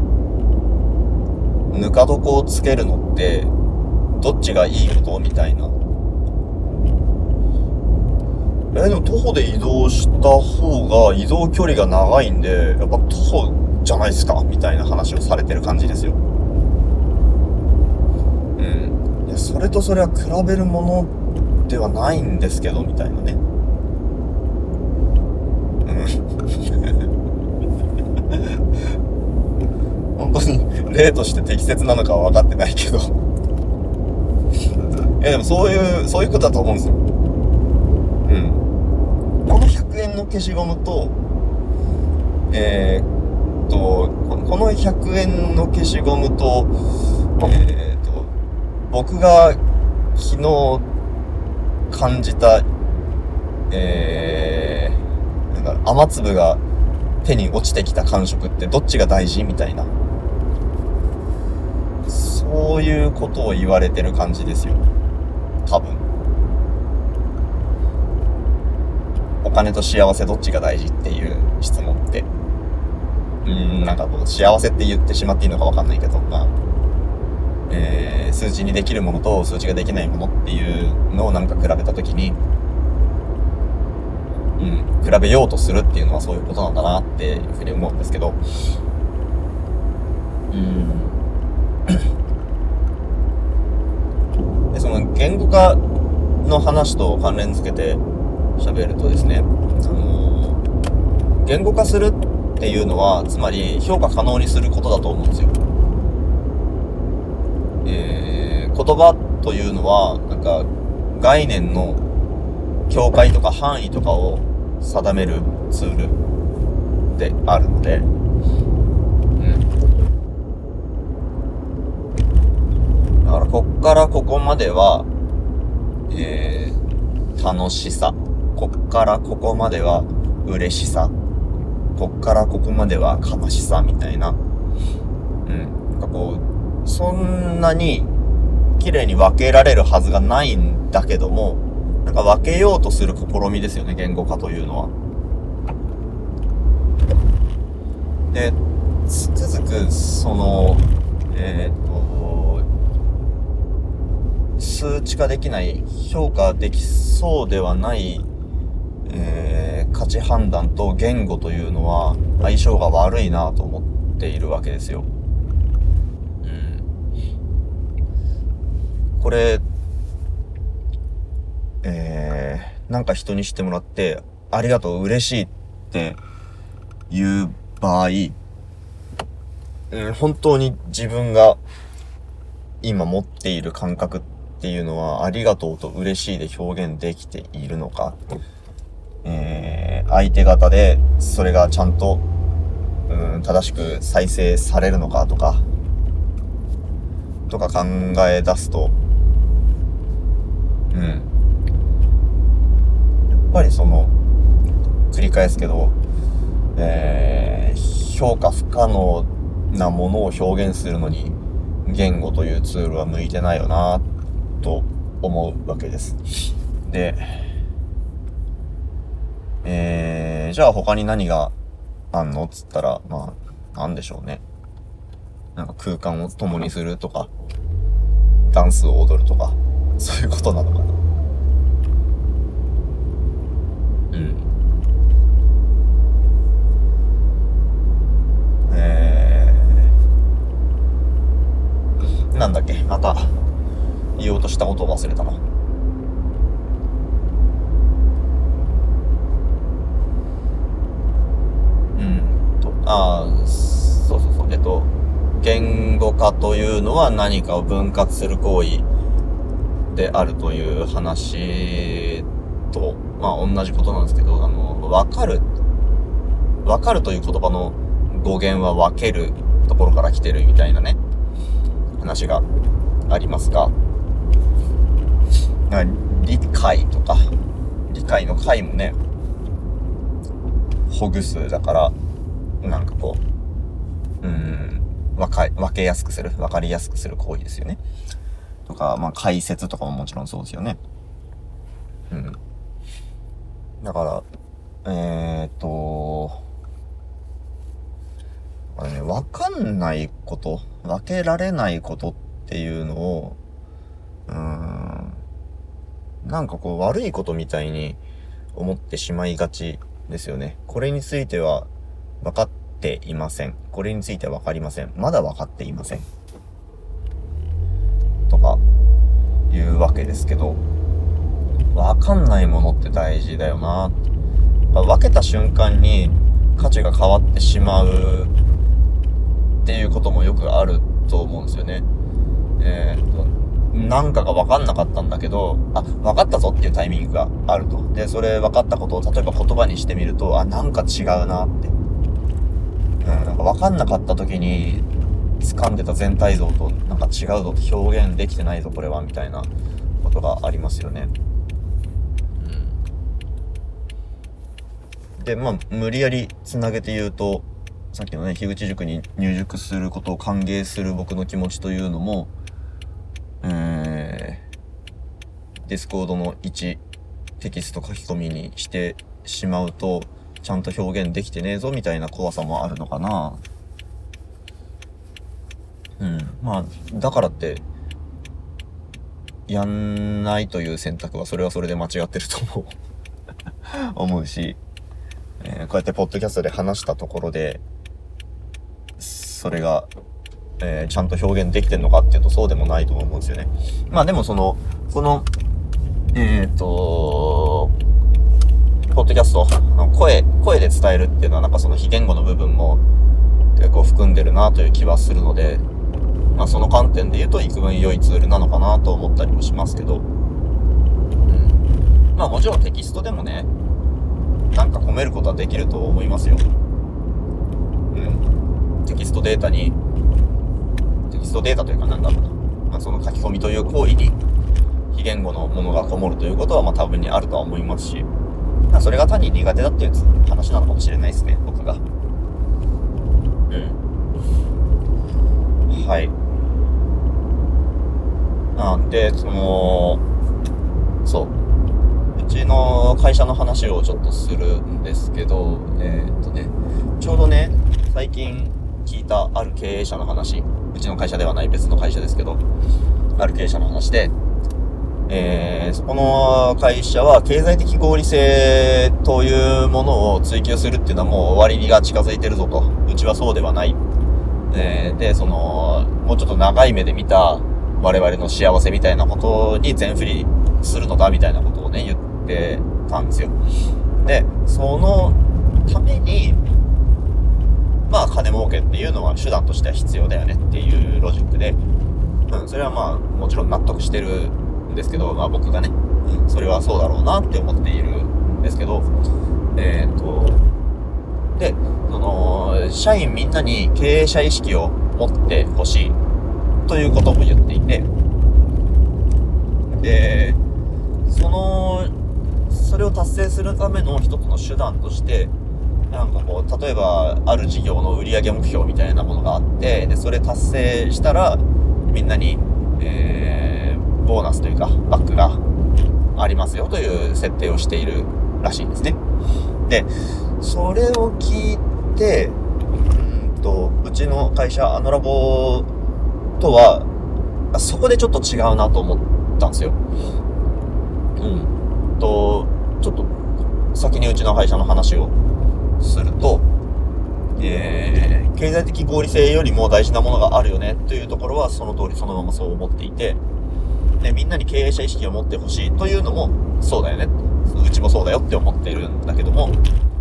ぬか床をつけるのってどっちがいいことみたいな。でも徒歩で移動した方が移動距離が長いんで、やっぱ徒歩じゃないですかみたいな話をされてる感じですよ。いや、それとそれは比べるものではないんですけどみたいなね。本当に例として適切なのかは分かってないけどでもそういうことだと思うんですよ。この100円の消しゴムとこの100円の消しゴムと僕が昨日感じた雨粒が手に落ちてきた感触ってどっちが大事みたいな、そういうことを言われてる感じですよ、多分。お金と幸せどっちが大事っていう質問って、幸せって言ってしまっていいのか分かんないけど、数値にできるものと数値ができないものっていうのを比べたときに、比べようとするっていうのはそういうことなんだなっていうふうに思うんですけど、 で、その言語化の話と関連付けて喋るとですね、言語化するっていうのは、つまり評価可能にすることだと思うんですよ。言葉というのは、なんか概念の境界とか範囲とかを定めるツールであるので、だからこっからここまでは、楽しさ、こっからここまでは嬉しさ、こっからここまでは悲しさみたいな、なんかこうそんなに綺麗に分けられるはずがないんだけども、なんか分けようとする試みですよね、言語化というのは。で、つくづくその数値化できない、評価できそうではない、価値判断と言語というのは相性が悪いなと思っているわけですよ。これ、なんか人にしてもらってありがとう、嬉しいっていう場合、本当に自分が今持っている感覚っていうのはありがとうと嬉しいで表現できているのか、相手方でそれがちゃんと正しく再生されるのかとか考え出すと、やっぱりその繰り返すけど、評価不可能なものを表現するのに言語というツールは向いてないよなと思うわけです。で、じゃあ他に何があんのっつったら、まあなんでしょうね。なんか空間を共にするとか、ダンスを踊るとか、そういうことなのかな。なんだっけ、また言おうとしたことを忘れたな。そうそうそう。言語化というのは何かを分割する行為であるという話と、まあ同じことなんですけど、わかるという言葉の語源は分けるところから来てるみたいなね、話がありますが、理解とか、理解の解もね、ほぐすだから、なんかこう、分けやすくする、分かりやすくする行為ですよね。とか、まあ解説とかももちろんそうですよね。だから、分かんないこと、分けられないことっていうのを、なんかこう悪いことみたいに思ってしまいがちですよね。これについては分かっていません。これについては分かりません。まだ分かっていません。とかいうわけですけど、分かんないものって大事だよな。分けた瞬間に価値が変わってしまうっていうこともよくあると思うんですよね。なんかが分かんなかったんだけど、分かったぞっていうタイミングがあると。で、それ分かったことを例えば言葉にしてみると、なんか違うなって。なんか分かんなかった時に掴んでた全体像となんか違うぞって表現できてないぞこれはみたいなことがありますよね。で、まあ無理やりつなげて言うと、さっきのね、樋口塾に入塾することを歓迎する僕の気持ちというのも、ディスコードの1テキスト書き込みにしてしまうとちゃんと表現できてねえぞみたいな怖さもあるのかな。まあだからってやんないという選択はそれはそれで間違ってると思うし、こうやってポッドキャストで話したところでそれがちゃんと表現できてるのかっていうとそうでもないと思うんですよね。まあでもこの、ポッドキャスト、声で伝えるっていうのはなんかその非言語の部分も結構含んでるなという気はするので、まあその観点で言うと幾分良いツールなのかなと思ったりもしますけど、まあもちろんテキストでもね、なんか込めることはできると思いますよ。テキストデータというかなんだろうな。まあその書き込みという行為に非言語のものがこもるということはまあ多分にあるとは思いますし、まあそれが単に苦手だっていう話なのかもしれないですね、僕が。はい。なんで、そう。うちの会社の話をちょっとするんですけど、ちょうどね、最近聞いたある経営者の話、うちの会社ではない別の会社ですけど、ある経営者の話で、そこの会社は経済的合理性というものを追求するっていうのはもう終わりが近づいてるぞと。うちはそうではない。で、もうちょっと長い目で見た我々の幸せみたいなことに全振りするのだみたいなことをね、言ってたんですよ。で、そのために、まあ金儲けっていうのは手段としては必要だよねっていうロジックで、それはまあもちろん納得してるんですけど、まあ僕がね、それはそうだろうなって思っているんですけど、で、社員みんなに経営者意識を持ってほしいということも言っていて、で、それを達成するための一つの手段として、なんかこう、例えば、ある事業の売上目標みたいなものがあって、で、それ達成したら、みんなに、ボーナスというか、バックがありますよという設定をしているらしいんですね。で、それを聞いて、うちの会社、アノラボとは、そこでちょっと違うなと思ったんですよ。ちょっと、先にうちの会社の話をすると、経済的合理性よりも大事なものがあるよねというところはその通りそのままそう思っていて、でみんなに経営者意識を持ってほしいというのもそうだよね、うちもそうだよって思っているんだけども、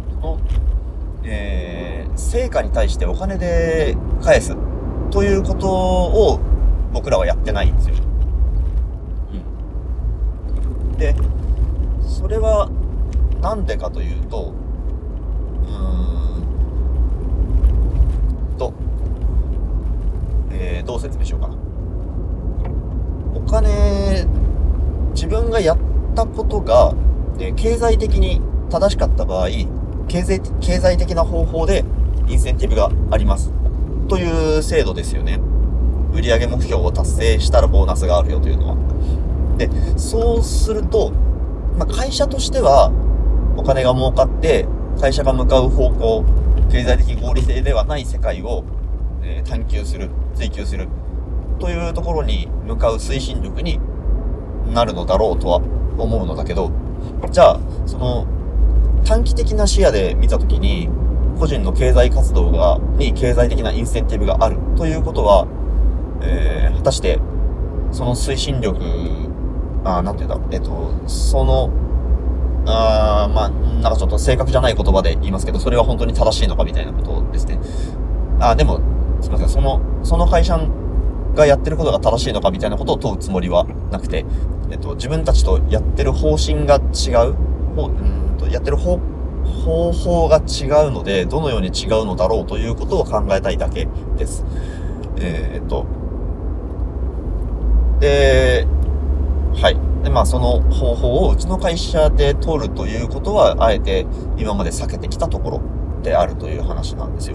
成果に対してお金で返すということを僕らはやってないんですよ。で、それはなんでかというと、どう説明しようかな。お金、自分がやったことが、経済的に正しかった場合、経済的な方法でインセンティブがありますという制度ですよね。売上目標を達成したらボーナスがあるよというのは。で、そうすると、会社としてはお金が儲かって会社が向かう方向、経済的合理性ではない世界を、追求するというところに向かう推進力になるのだろうとは思うのだけど、じゃあその短期的な視野で見たときに個人の経済活動に経済的なインセンティブがあるということは、果たしてその推進力、なんていうんだろう、なんかちょっと正確じゃない言葉で言いますけど、それは本当に正しいのかみたいなことですね。でも、すみません、その会社がやってることが正しいのかみたいなことを問うつもりはなくて、自分たちとやってる方針が違う、やってる方法が違うので、どのように違うのだろうということを考えたいだけです。で、はい。で、その方法をうちの会社で取るということは、あえて今まで避けてきたところであるという話なんですよ。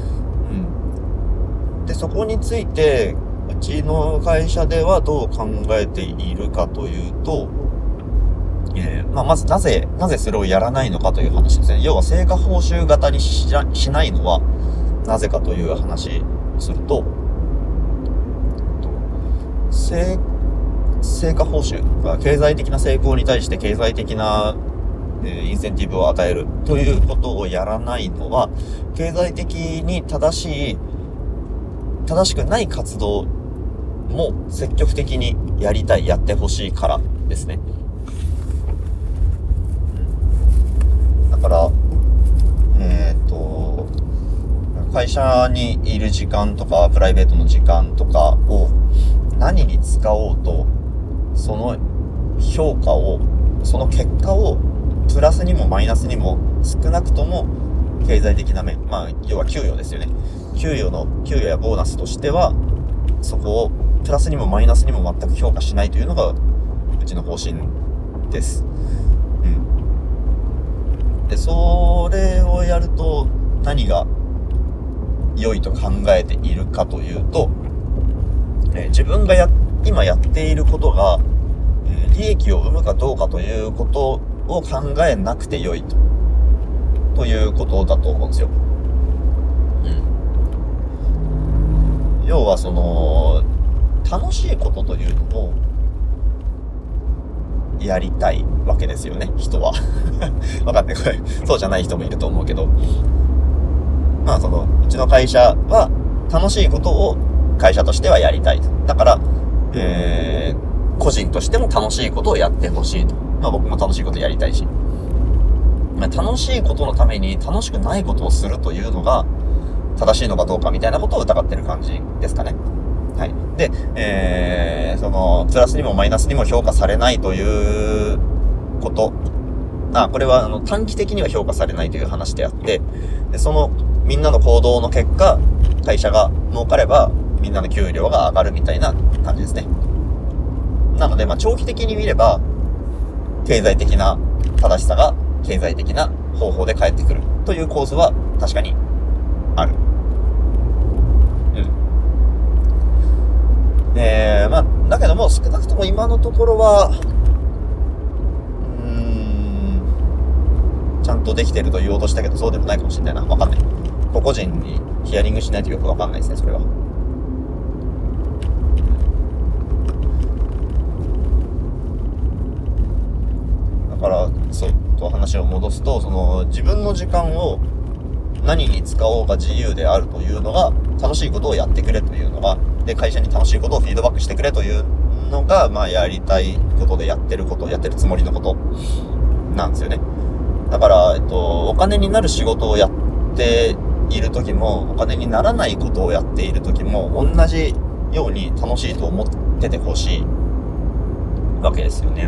で、そこについて、うちの会社ではどう考えているかというと、まずなぜそれをやらないのかという話ですね。要は成果報酬型にしないのはなぜかという話をすると、成果報酬、経済的な成功に対して経済的な、インセンティブを与えるということをやらないのは、経済的に正しい正しくない活動も積極的にやってほしいからですね。だから、会社にいる時間とか、プライベートの時間とかを何に使おうと、その評価を、その結果を、プラスにもマイナスにも、少なくとも経済的な面、要は給与ですよね。給与やボーナスとしては、そこをプラスにもマイナスにも全く評価しないというのが、うちの方針です。で、それをやると、何が良いと考えているかというと、自分が今やっていることが、利益を生むかどうかということを考えなくて良いということだと思うんですよ。要は楽しいことというのをやりたいわけですよね、人は。分かんない、これそうじゃない人もいると思うけど、うちの会社は楽しいことを会社としてはやりたい。だから、個人としても楽しいことをやってほしいと。僕も楽しいことやりたいし。楽しいことのために楽しくないことをするというのが正しいのかどうかみたいなことを疑ってる感じですかね。はい。で、プラスにもマイナスにも評価されないということ。これは短期的には評価されないという話であって、でみんなの行動の結果、会社が儲かれば、みんなの給料が上がるみたいな感じですね。なので、長期的に見れば、経済的な正しさが経済的な方法で返ってくるという構図は確かにある。だけども、少なくとも今のところは、ちゃんとできてると言おうとしたけど、そうでもないかもしれないな。わかんない。個々人にヒアリングしないとよくわかんないですね、それは。だから、話を戻すと、自分の時間を何に使おうが自由であるというのが、楽しいことをやってくれというのが、で、会社に楽しいことをフィードバックしてくれというのが、やりたいことでやってるつもりのことなんですよね。だから、お金になる仕事をやっている時も、お金にならないことをやっている時も、同じように楽しいと思っててほしいわけですよね。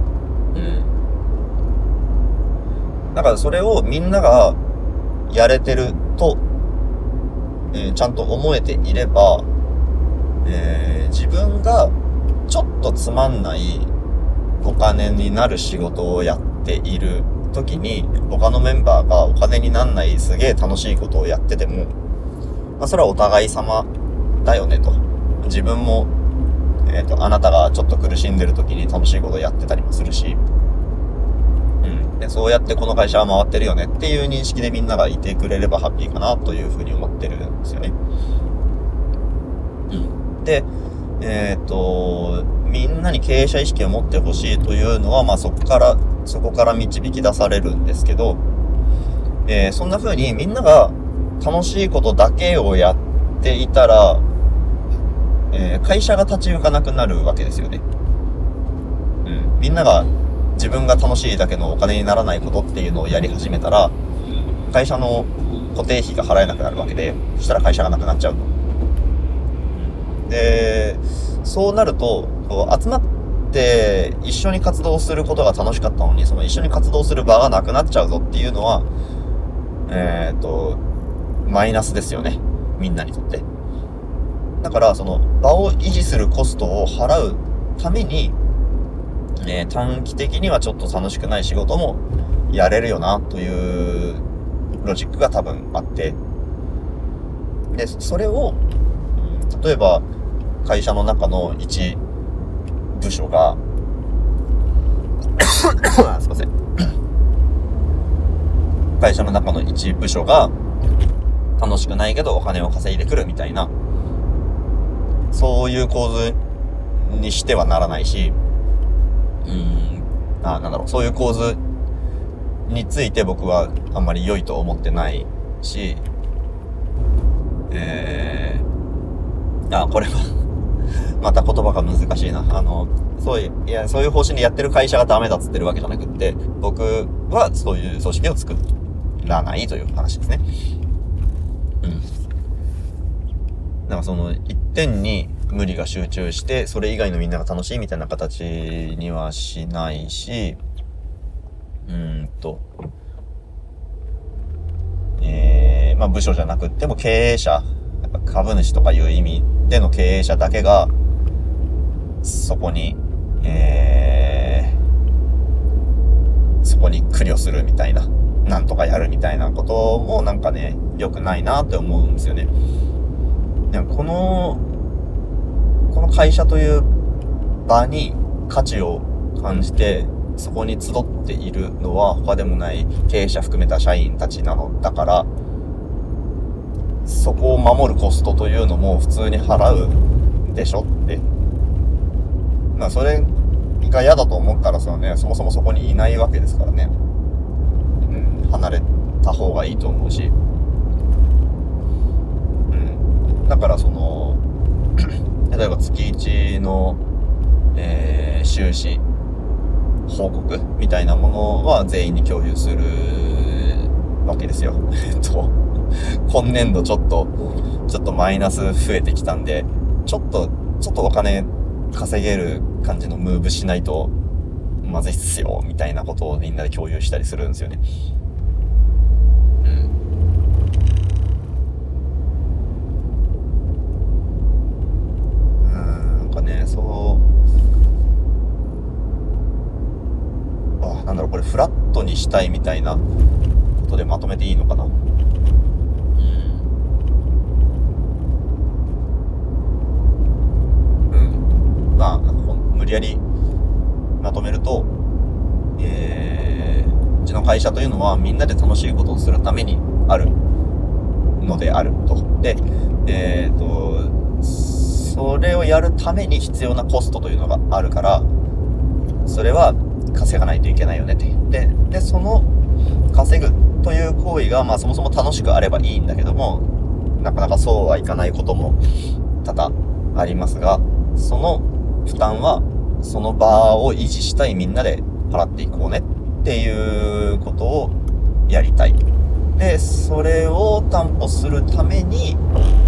だからそれをみんながやれてると、ちゃんと思えていれば、自分がちょっとつまんないお金になる仕事をやっている時に、他のメンバーがお金になんないすげえ楽しいことをやってても、それはお互い様だよねと。自分も、あなたがちょっと苦しんでる時に楽しいことをやってたりもするし、でそうやってこの会社は回ってるよねっていう認識でみんながいてくれればハッピーかなというふうに思ってるんですよね。で、みんなに経営者意識を持ってほしいというのは、そこから導き出されるんですけど、そんな風にみんなが楽しいことだけをやっていたら、会社が立ち行かなくなるわけですよね。みんなが自分が楽しいだけのお金にならないことっていうのをやり始めたら、会社の固定費が払えなくなるわけで、そしたら会社がなくなっちゃうと。で、そうなると、集まって一緒に活動することが楽しかったのに、その一緒に活動する場がなくなっちゃうぞっていうのは、マイナスですよね。みんなにとって。だから、その場を維持するコストを払うために、短期的にはちょっと楽しくない仕事もやれるよなというロジックが多分あって、でそれを例えば会社の中の一部署がすいません会社の中の一部署が楽しくないけどお金を稼いでくるみたいな、そういう構図にしてはならないし、そういう構図について僕はあんまり良いと思ってないし、 これはまた言葉が難しいな。そういう方針でやってる会社がダメだっつってるわけじゃなくって、僕はそういう組織を作らないという話ですね。だからその一点に無理が集中して、それ以外のみんなが楽しいみたいな形にはしないし、部署じゃなくっても経営者、株主とかいう意味での経営者だけがそこに苦慮するみたいな、なんとかやるみたいなこともなんかね、良くないなって思うんですよね。でもこの会社という場に価値を感じて、そこに集っているのは他でもない経営者含めた社員たちなのだから、そこを守るコストというのも普通に払うでしょって。それが嫌だと思ったらさね、そもそもそこにいないわけですからね。離れた方がいいと思うし。だから例えば月1の、収支報告みたいなものは全員に共有するわけですよ。今年度ちょっとマイナス増えてきたんで、ちょっとお金稼げる感じのムーブしないとまずいっすよみたいなことをみんなで共有したりするんですよね。なんかね、これフラットにしたいみたいなことでまとめていいのかな。無理やりまとめると、うちの会社というのはみんなで楽しいことをするためにあるのであると。で、それをやるために必要なコストというのがあるから、それは稼がないといけないよねって。で、その稼ぐという行為がそもそも楽しくあればいいんだけども、なかなかそうはいかないことも多々ありますが、その負担はその場を維持したいみんなで払っていこうねっていうことをやりたい。で、それを担保するために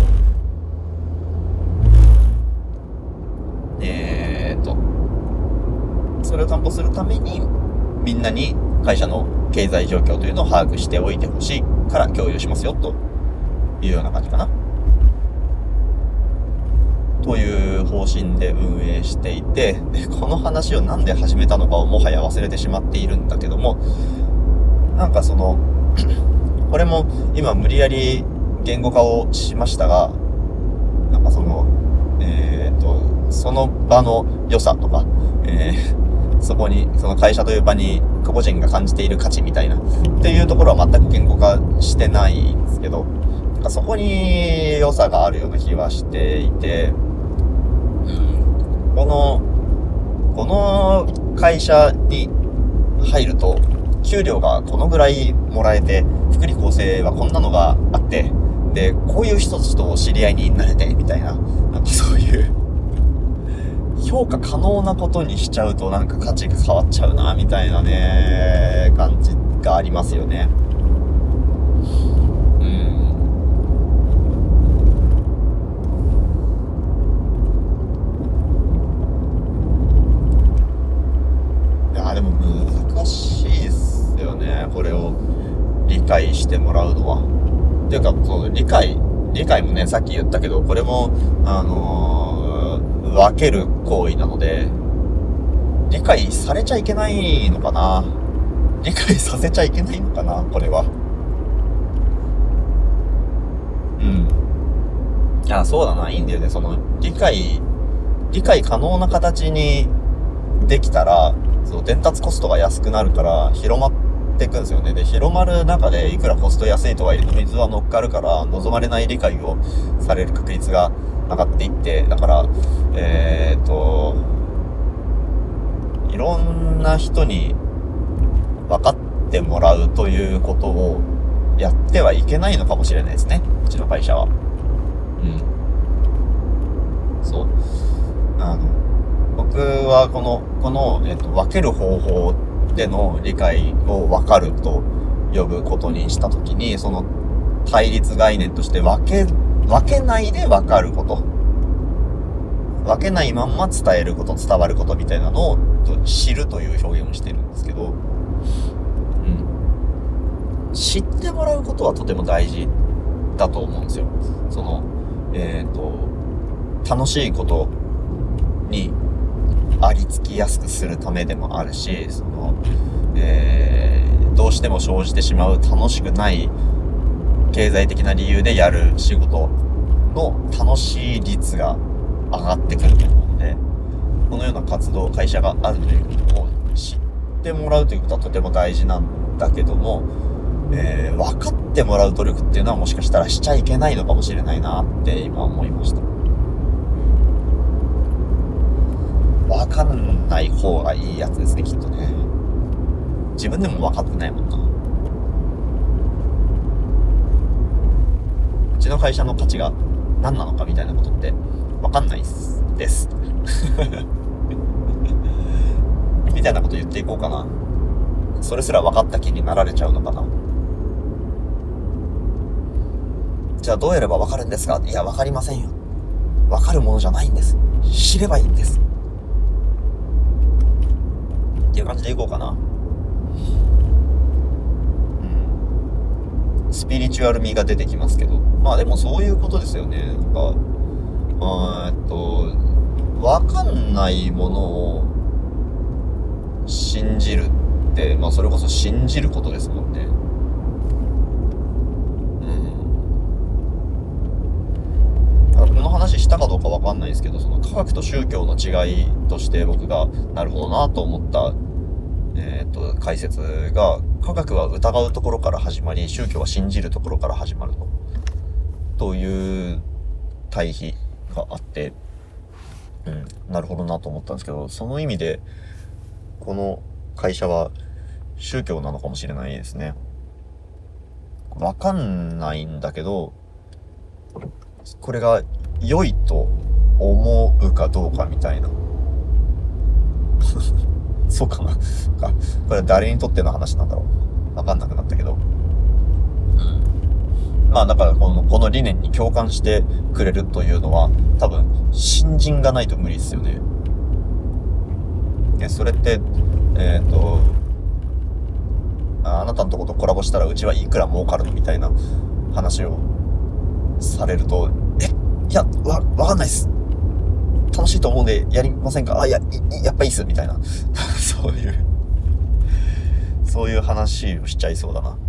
みんなに会社の経済状況というのを把握しておいてほしいから共有しますよというような感じかなという方針で運営していて、でこの話をなんで始めたのかをもはや忘れてしまっているんだけども、これも今無理やり言語化をしましたが、その場の良さとか、その会社という場に個人が感じている価値みたいなっていうところは全く言語化してないんですけど、そこに良さがあるような気はしていて、この会社に入ると給料がこのぐらいもらえて、福利厚生はこんなのがあって、でこういう人たちと知り合いになれてみたいな、そういう評価可能なことにしちゃうと価値が変わっちゃうなみたいなね感じがありますよね。でも難しいっすよね、これを理解してもらうのは。っていうか、理解もね、さっき言ったけど、これも分ける行為なので、理解されちゃいけないのかな、理解させちゃいけないのかな、これは。そうだな、いいんだよね。理解可能な形にできたら、伝達コストが安くなるから広まっていくんですよね。で、広まる中でいくらコスト安いとはいえ水は乗っかるから、望まれない理解をされる確率が上がっていって、だからいろんな人に分かってもらうということをやってはいけないのかもしれないですね、うちの会社は。 僕はこの、分ける方法での理解を分かると呼ぶことにしたときに、その対立概念として分けないで分かること。分けないまんま伝えること、伝わることみたいなのを知るという表現をしてるんですけど、知ってもらうことはとても大事だと思うんですよ。その、楽しいことにありつきやすくするためでもあるし、その、どうしても生じてしまう楽しくない経済的な理由でやる仕事の楽しい率が上がってくると思うので、このような活動、会社があるということを知ってもらうということはとても大事なんだけども、分かってもらう努力っていうのはもしかしたらしちゃいけないのかもしれないなって今思いました。分かんない方がいいやつですね、きっとね。自分でも分かってないもんな。うちの会社の価値が何なのかみたいなことって分かんないですみたいなこと言っていこうかな。それすら分かった気になられちゃうのかな。じゃあどうやれば分かるんですか？いや、分かりませんよ。分かるものじゃないんです。知ればいいんですっていう感じでいこうかな。スピリチュアル味が出てきますけど、まあでもそういうことですよね。なんか分かんないものを信じるって、まあそれこそ信じることですもんね。この話したかどうか分かんないですけど、その科学と宗教の違いとして僕がなるほどなと思った解説が、科学は疑うところから始まり、宗教は信じるところから始まるという対比があって、なるほどなと思ったんですけど、その意味でこの会社は宗教なのかもしれないですね。わかんないんだけど、これが良いと思うかどうかみたいなそうかなこれは誰にとっての話なんだろう、わかんなくなったけど、まあだからこの理念に共感してくれるというのは多分信心がないと無理ですよね。それってあなたのとことコラボしたらうちはいくら儲かるのみたいな話をされると、いやわかんないっす、楽しいと思うんでやりませんか？やっぱいいっすみたいなそういう話をしちゃいそうだな。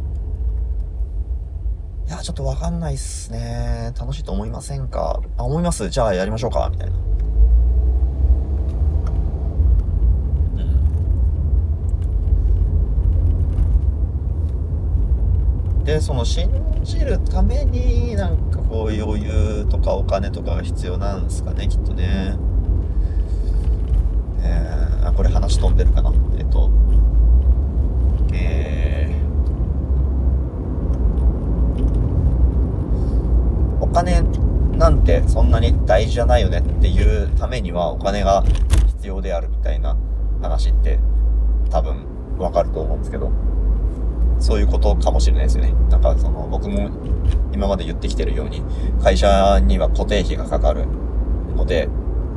いやちょっとわかんないっすね、楽しいと思いませんか？思います、じゃあやりましょうかみたいな。でその信じるためになんかこう余裕とかお金とかが必要なんですかね、きっとね。これ話飛んでるかな。お金なんてそんなに大事じゃないよねっていうためにはお金が必要であるみたいな話って多分わかると思うんですけど、そういうことかもしれないですよね。なんか僕も今まで言ってきてるように会社には固定費がかかるので、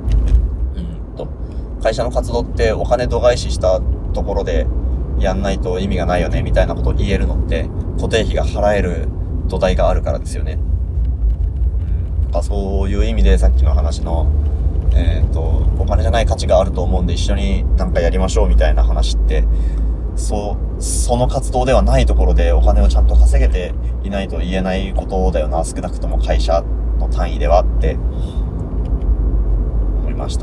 会社の活動ってお金度外視したところでやんないと意味がないよねみたいなことを言えるのって固定費が払える土台があるからですよね。そういう意味でさっきの話のお金じゃない価値があると思うんで一緒になんかやりましょうみたいな話ってその活動ではないところでお金をちゃんと稼げていないと言えないことだよな、少なくとも会社の単位ではって思いました。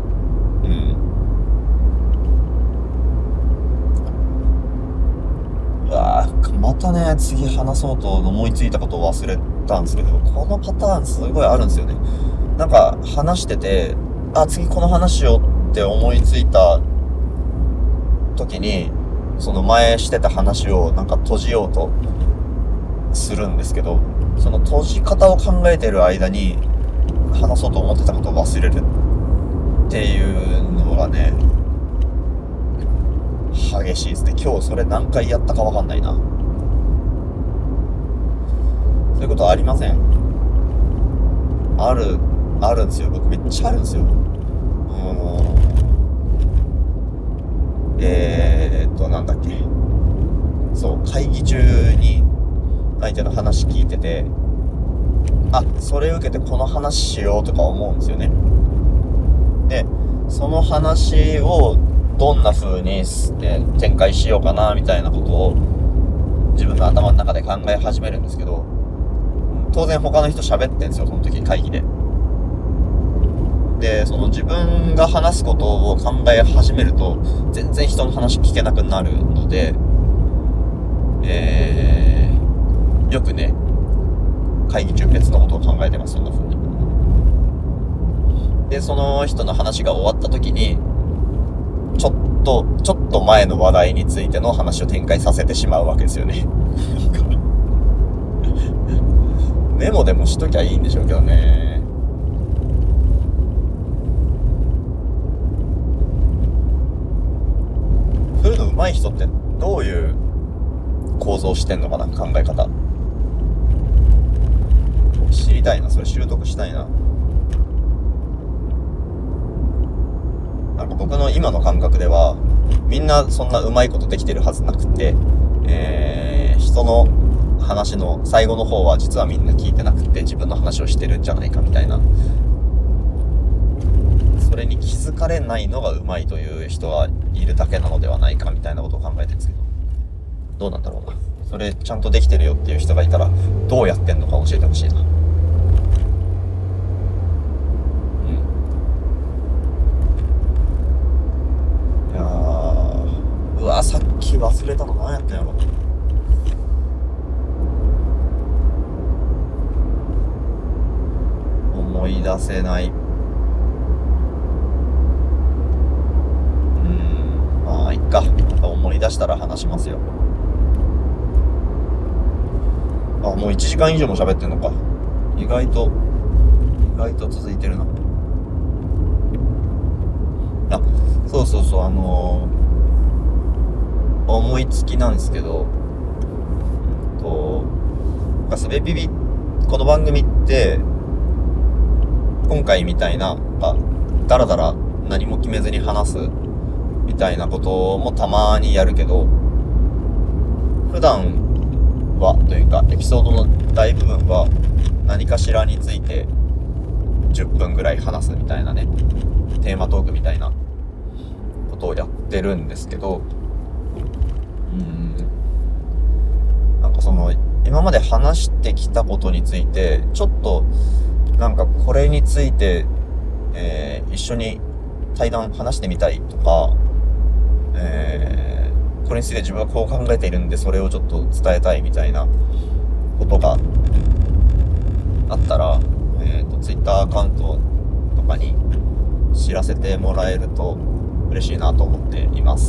うわまたね、次話そうと思いついたことを忘れたんですけど、このパターンすごいあるんですよね。なんか話してて、次この話しようって思いついた時にその前してた話をなんか閉じようとするんですけど、その閉じ方を考えてる間に話そうと思ってたことを忘れるっていうのがね、激しいですね。今日それ何回やったかわかんないな。そういうことありません？あるんですよ。僕めっちゃあるんですよ。なんだっけ。そう、会議中に相手の話聞いてて、それ受けてこの話しようとか思うんですよね。で、その話をどんな風に、展開しようかなみたいなことを自分の頭の中で考え始めるんですけど、当然他の人喋ってんですよ、その時会議で。で、その自分が話すことを考え始めると全然人の話聞けなくなるので、よくね、会議中別のことを考えてます、そんな風に。で、その人の話が終わった時に、ちょっと前の話題についての話を展開させてしまうわけですよね。メモでもしときゃいいんでしょうけどね。そういうの上手い人ってどういう構造してんのかな、考え方。知りたいな、それ習得したいな。なんか僕の今の感覚では、みんなそんな上手いことできてるはずなくて、人の話の最後の方は実はみんな聞いてなくて自分の話をしてるんじゃないかみたいな。それに気づかれないのが上手いという人がいるだけなのではないかみたいなことを考えてるんですけど、どうなんだろうな。それちゃんとできてるよっていう人がいたらどうやってんのか教えてほしいな。さっき忘れたの何やったんやろ。思い出せない。まあいっか、また思い出したら話しますよ。もう1時間以上も喋ってんのか。意外と続いてるな。そう思いつきなんですけど、スベピビ、この番組って今回みたいなだらだら何も決めずに話すみたいなこともたまにやるけど、普段はというかエピソードの大部分は何かしらについて10分ぐらい話すみたいなね、テーマトークみたいなことをやってるんですけど、なんかその今まで話してきたことについてちょっとなんかこれについて、一緒に対談話してみたいとか、これについて自分はこう考えているんでそれをちょっと伝えたいみたいなことがあったら、Twitter アカウントとかに知らせてもらえると嬉しいなと思っています。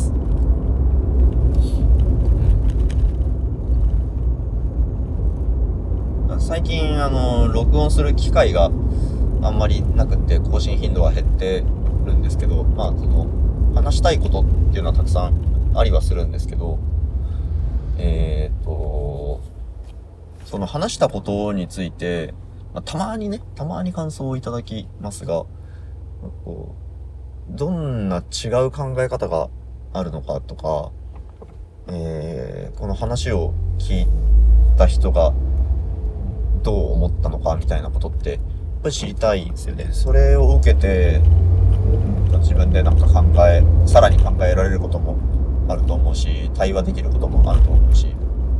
最近録音する機会があんまりなくって更新頻度が減ってるんですけど、その話したいことっていうのはたくさんありはするんですけど、その話したことについて、たまに感想をいただきますが、どんな違う考え方があるのかとか、この話を聞いた人がどう思ったのかみたいなことってやっぱり知りたいんですよね。それを受けて、自分でなんかさらに考えられることもあると思うし、対話できることもあると思うし、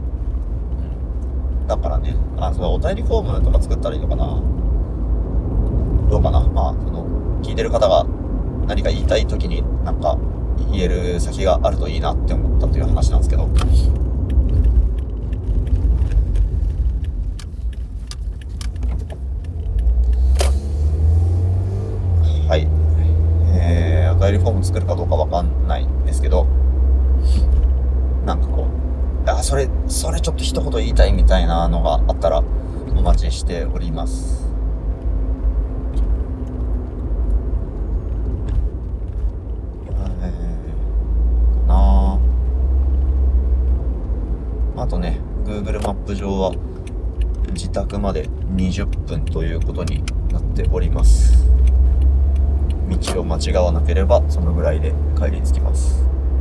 だからね、そのお便りフォームとか作ったらいいのかな。どうかな。その聞いてる方が何か言いたい時になんか言える先があるといいなって思ったという話なんですけど。はい。お便りフォーム作るかどうかわかんないんですけど、なんかそれちょっと一言言いたいみたいなのがあったらお待ちしております。 あとね Google マップ上は自宅まで20分ということになっております。道を間違わなければそのぐらいで帰り着きます。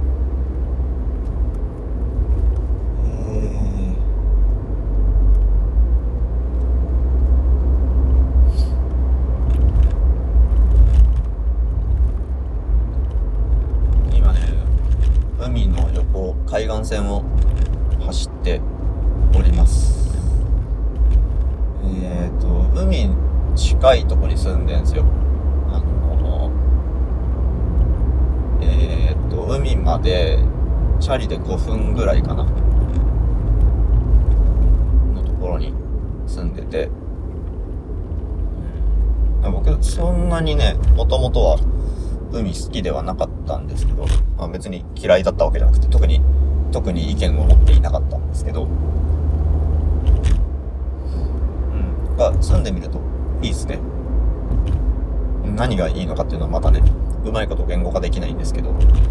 今ね海の横海岸線を走っております。海近いとこに住んでんすよ。海までチャリで5分ぐらいかなのところに住んでて、僕そんなにねもともとは海好きではなかったんですけど、別に嫌いだったわけじゃなくて特に意見を持っていなかったんですけど、住んでみるといいですね。何がいいのかっていうのはまたねうまいこと言語化できないんですけど、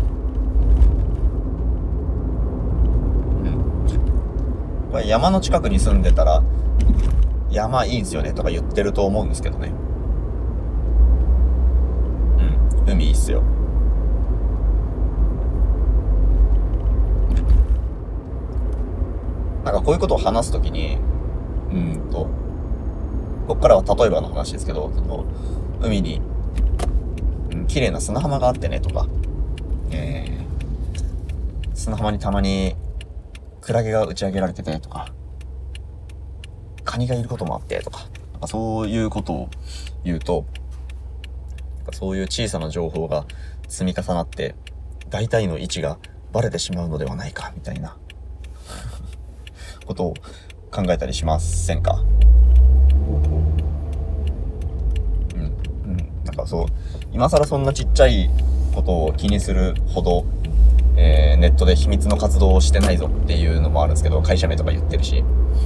これ山の近くに住んでたら山いいんすよねとか言ってると思うんですけどね、海いいっすよ。なんかこういうことを話すときにこっからは例えばの話ですけど、その海に、綺麗な砂浜があってねとか、砂浜にたまにクラゲが打ち上げられててとか、カニがいることもあってとか、そういうことを言うと、そういう小さな情報が積み重なって大体の位置がバレてしまうのではないかみたいなことを考えたりしませんか？なんかそう今更そんなちっちゃいことを気にするほど、ネットで秘密の活動をしてないぞっていうのもあるんですけど、会社名とか言ってるし、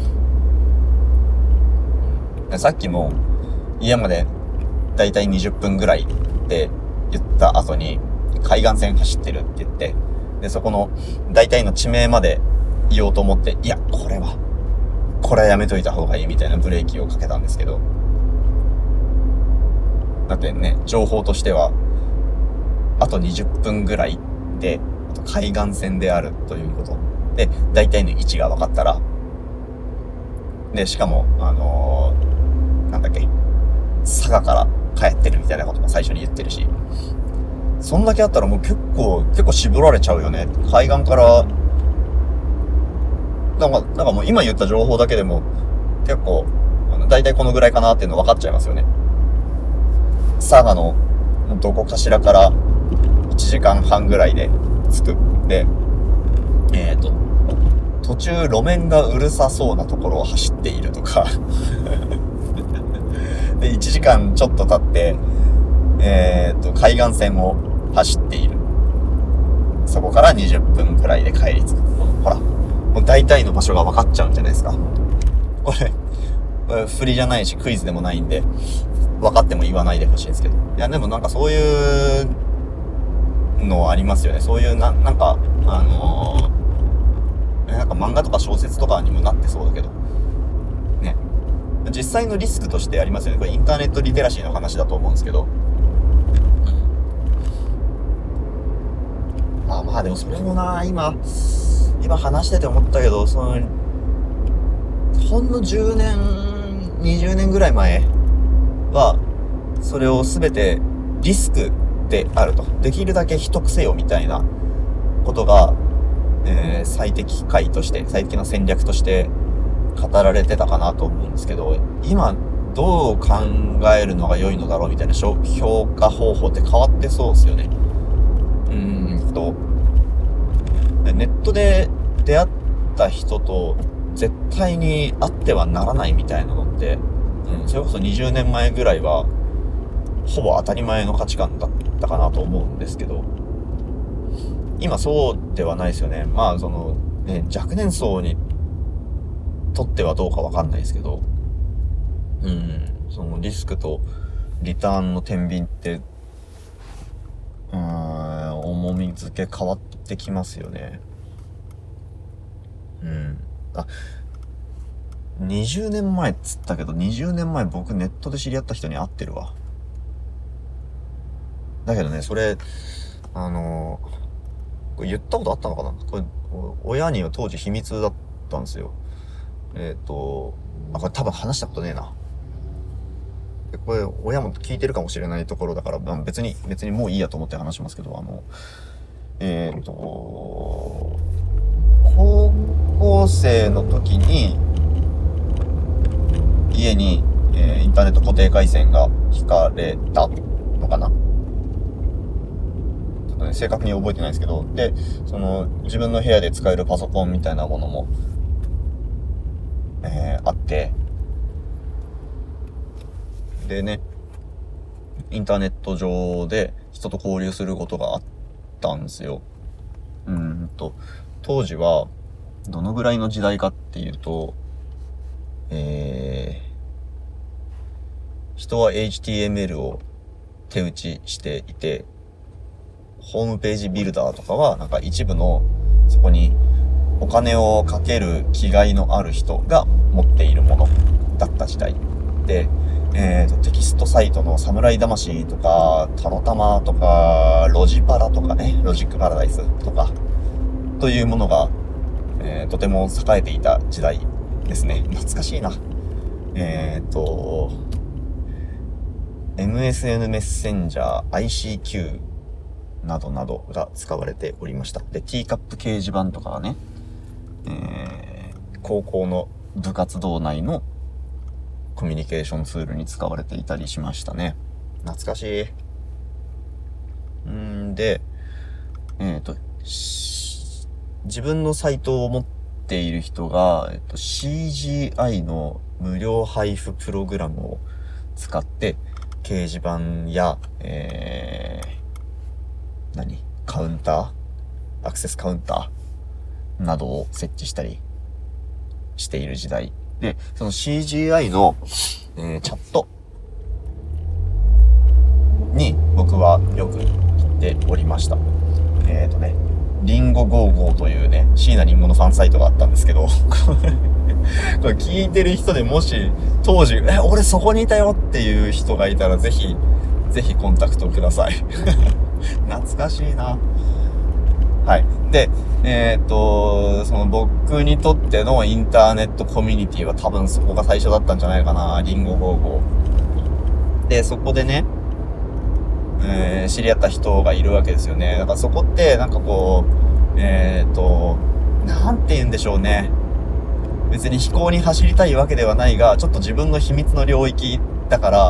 さっきも家までだいたい20分ぐらいって言った後に海岸線走ってるって言って、でそこのだいたいの地名まで言おうと思って、いやこれはやめといた方がいいみたいなブレーキをかけたんですけど、だってね情報としてはあと20分ぐらいで海岸線であるということでだいたいの位置が分かったら、でしかもなんだっけ佐賀から帰ってるみたいなことも最初に言ってるし、そんだけあったらもう結構絞られちゃうよね。海岸からなんかもう今言った情報だけでも結構だいたいこのぐらいかなっていうの分かっちゃいますよね。佐賀のどこかしらから1時間半ぐらいで着く。で途中路面がうるさそうなところを走っているとかで1時間ちょっと経って海岸線を走っている。そこから20分くらいで帰り着く。ほらもう大体の場所が分かっちゃうんじゃないですか。これ振りじゃないしクイズでもないんで分かっても言わないでほしいんですけど、いやでもなんかそういうのありますよね。そういうなんかなんか漫画とか小説とかにもなってそうだけどね、実際のリスクとしてありますよね。これインターネットリテラシーの話だと思うんですけど、まあでもそれもな、今話してて思ったけど、そのほんの10年20年ぐらい前はそれを全てリスクであると、できるだけ秘匿せよみたいなことが、最適解として最適な戦略として語られてたかなと思うんですけど、今どう考えるのが良いのだろうみたいな評価方法って変わってそうですよね。ネットで出会った人と絶対に会ってはならないみたいなのって、それこそ20年前ぐらいはほぼ当たり前の価値観だったかなと思うんですけど、今そうではないですよね。まあそのね、若年層にとってはどうかわかんないですけど、そのリスクとリターンの天秤って重み付け変わってきますよね。 20年前っつったけど、20年前僕ネットで知り合った人に会ってるわ。だけどね、それ、これ言ったことあったのかな、これ、親には当時秘密だったんですよ。これ多分話したことねえな。これ、親も聞いてるかもしれないところだから、別にもういいやと思って話しますけど、高校生の時に、家に、インターネット固定回線が引かれたのかな。ちょっとね、正確に覚えてないですけど、で、自分の部屋で使えるパソコンみたいなものも、あって、でね、インターネット上で人と交流することがあったんですよ。当時は、どのぐらいの時代かっていうと、人は HTML を手打ちしていて、ホームページビルダーとかはなんか一部のそこにお金をかける気概のある人が持っているものだった時代で、テキストサイトのサムライ魂とかタロタマとかロジパラとかね、ロジックパラダイスとかというものが、とても栄えていた時代ですね。懐かしいな。MSN メッセンジャー、ICQ などなどが使われておりました。で、ティーカップ掲示板とかはね、高校の部活動内のコミュニケーションツールに使われていたりしましたね。懐かしい。で、自分のサイトを持っている人が、CGI の無料配布プログラムを使って掲示板や、カウンター、アクセスカウンターなどを設置したりしている時代で、その CGI の、チャットに僕はよく行っておりました。リンゴ55というね、椎名林檎のファンサイトがあったんですけど、これ聞いてる人でもし当時、俺そこにいたよっていう人がいたらぜひコンタクトください。懐かしいな。はい。で、その僕にとってのインターネットコミュニティは多分そこが最初だったんじゃないかな。リンゴ55。で、そこでね、知り合った人がいるわけですよね。だからそこってなんかこう、なんて言うんでしょうね。別に非行に走りたいわけではないが、ちょっと自分の秘密の領域だから、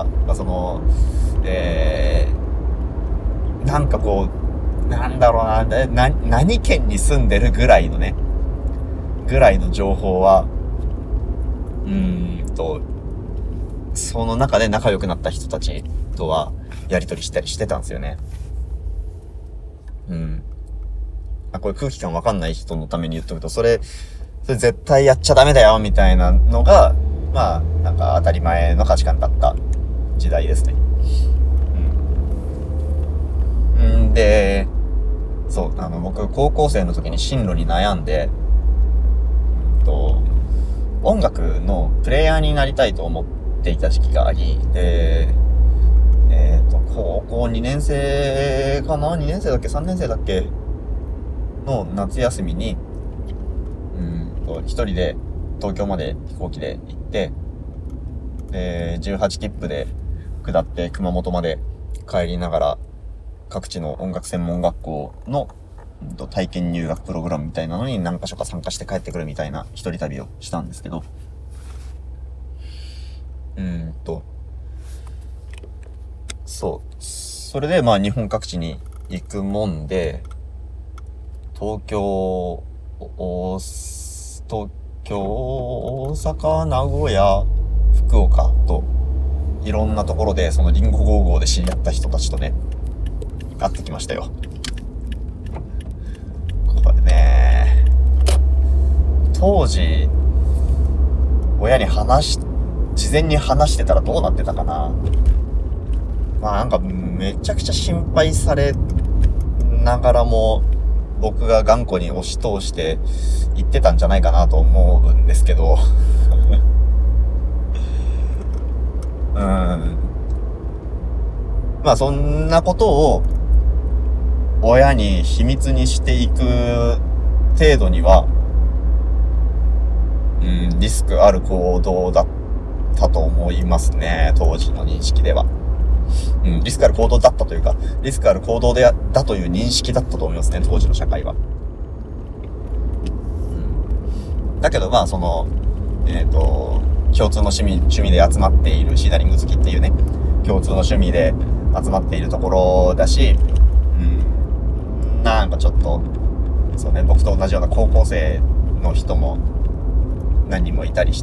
なんかこう、なんだろうな、何県に住んでるぐらいの情報は、その中で仲良くなった人たちとはやり取りしたりしてたんですよね。これ空気感わかんない人のために言っとくと、それ絶対やっちゃダメだよみたいなのが、まあ、なんか当たり前の価値観だった時代ですね。で、そう、僕、高校生の時に進路に悩んで、音楽のプレイヤーになりたいと思っていた時期があり、で、高校2年生かな ?2 年生だっけ ?3 年生だっけの夏休みに、一人で東京まで飛行機で行って、で、18切符で下って熊本まで帰りながら、各地の音楽専門学校の体験入学プログラムみたいなのに何か所か参加して帰ってくるみたいな一人旅をしたんですけど、そう。それでまあ日本各地に行くもんで、東京、大阪、名古屋、福岡といろんなところでそのリンゴ55で知り合った人たちとね、会ってきましたよ。これね、当時親に事前に話してたらどうなってたかな。まあなんかめちゃくちゃ心配されながらも僕が頑固に押し通して言ってたんじゃないかなと思うんですけどまあそんなことを親に秘密にしていく程度には、リスクある行動だったと思いますね、当時の認識では。リスクある行動だったというか、リスクある行動だという認識だったと思いますね、当時の社会は。だけどまあその、共通の趣味で集まっているシーナリング好きっていうね、共通の趣味で集まっているところだし、なんかちょっと、そうね、僕と同じような高校生の人も何人もいたりして、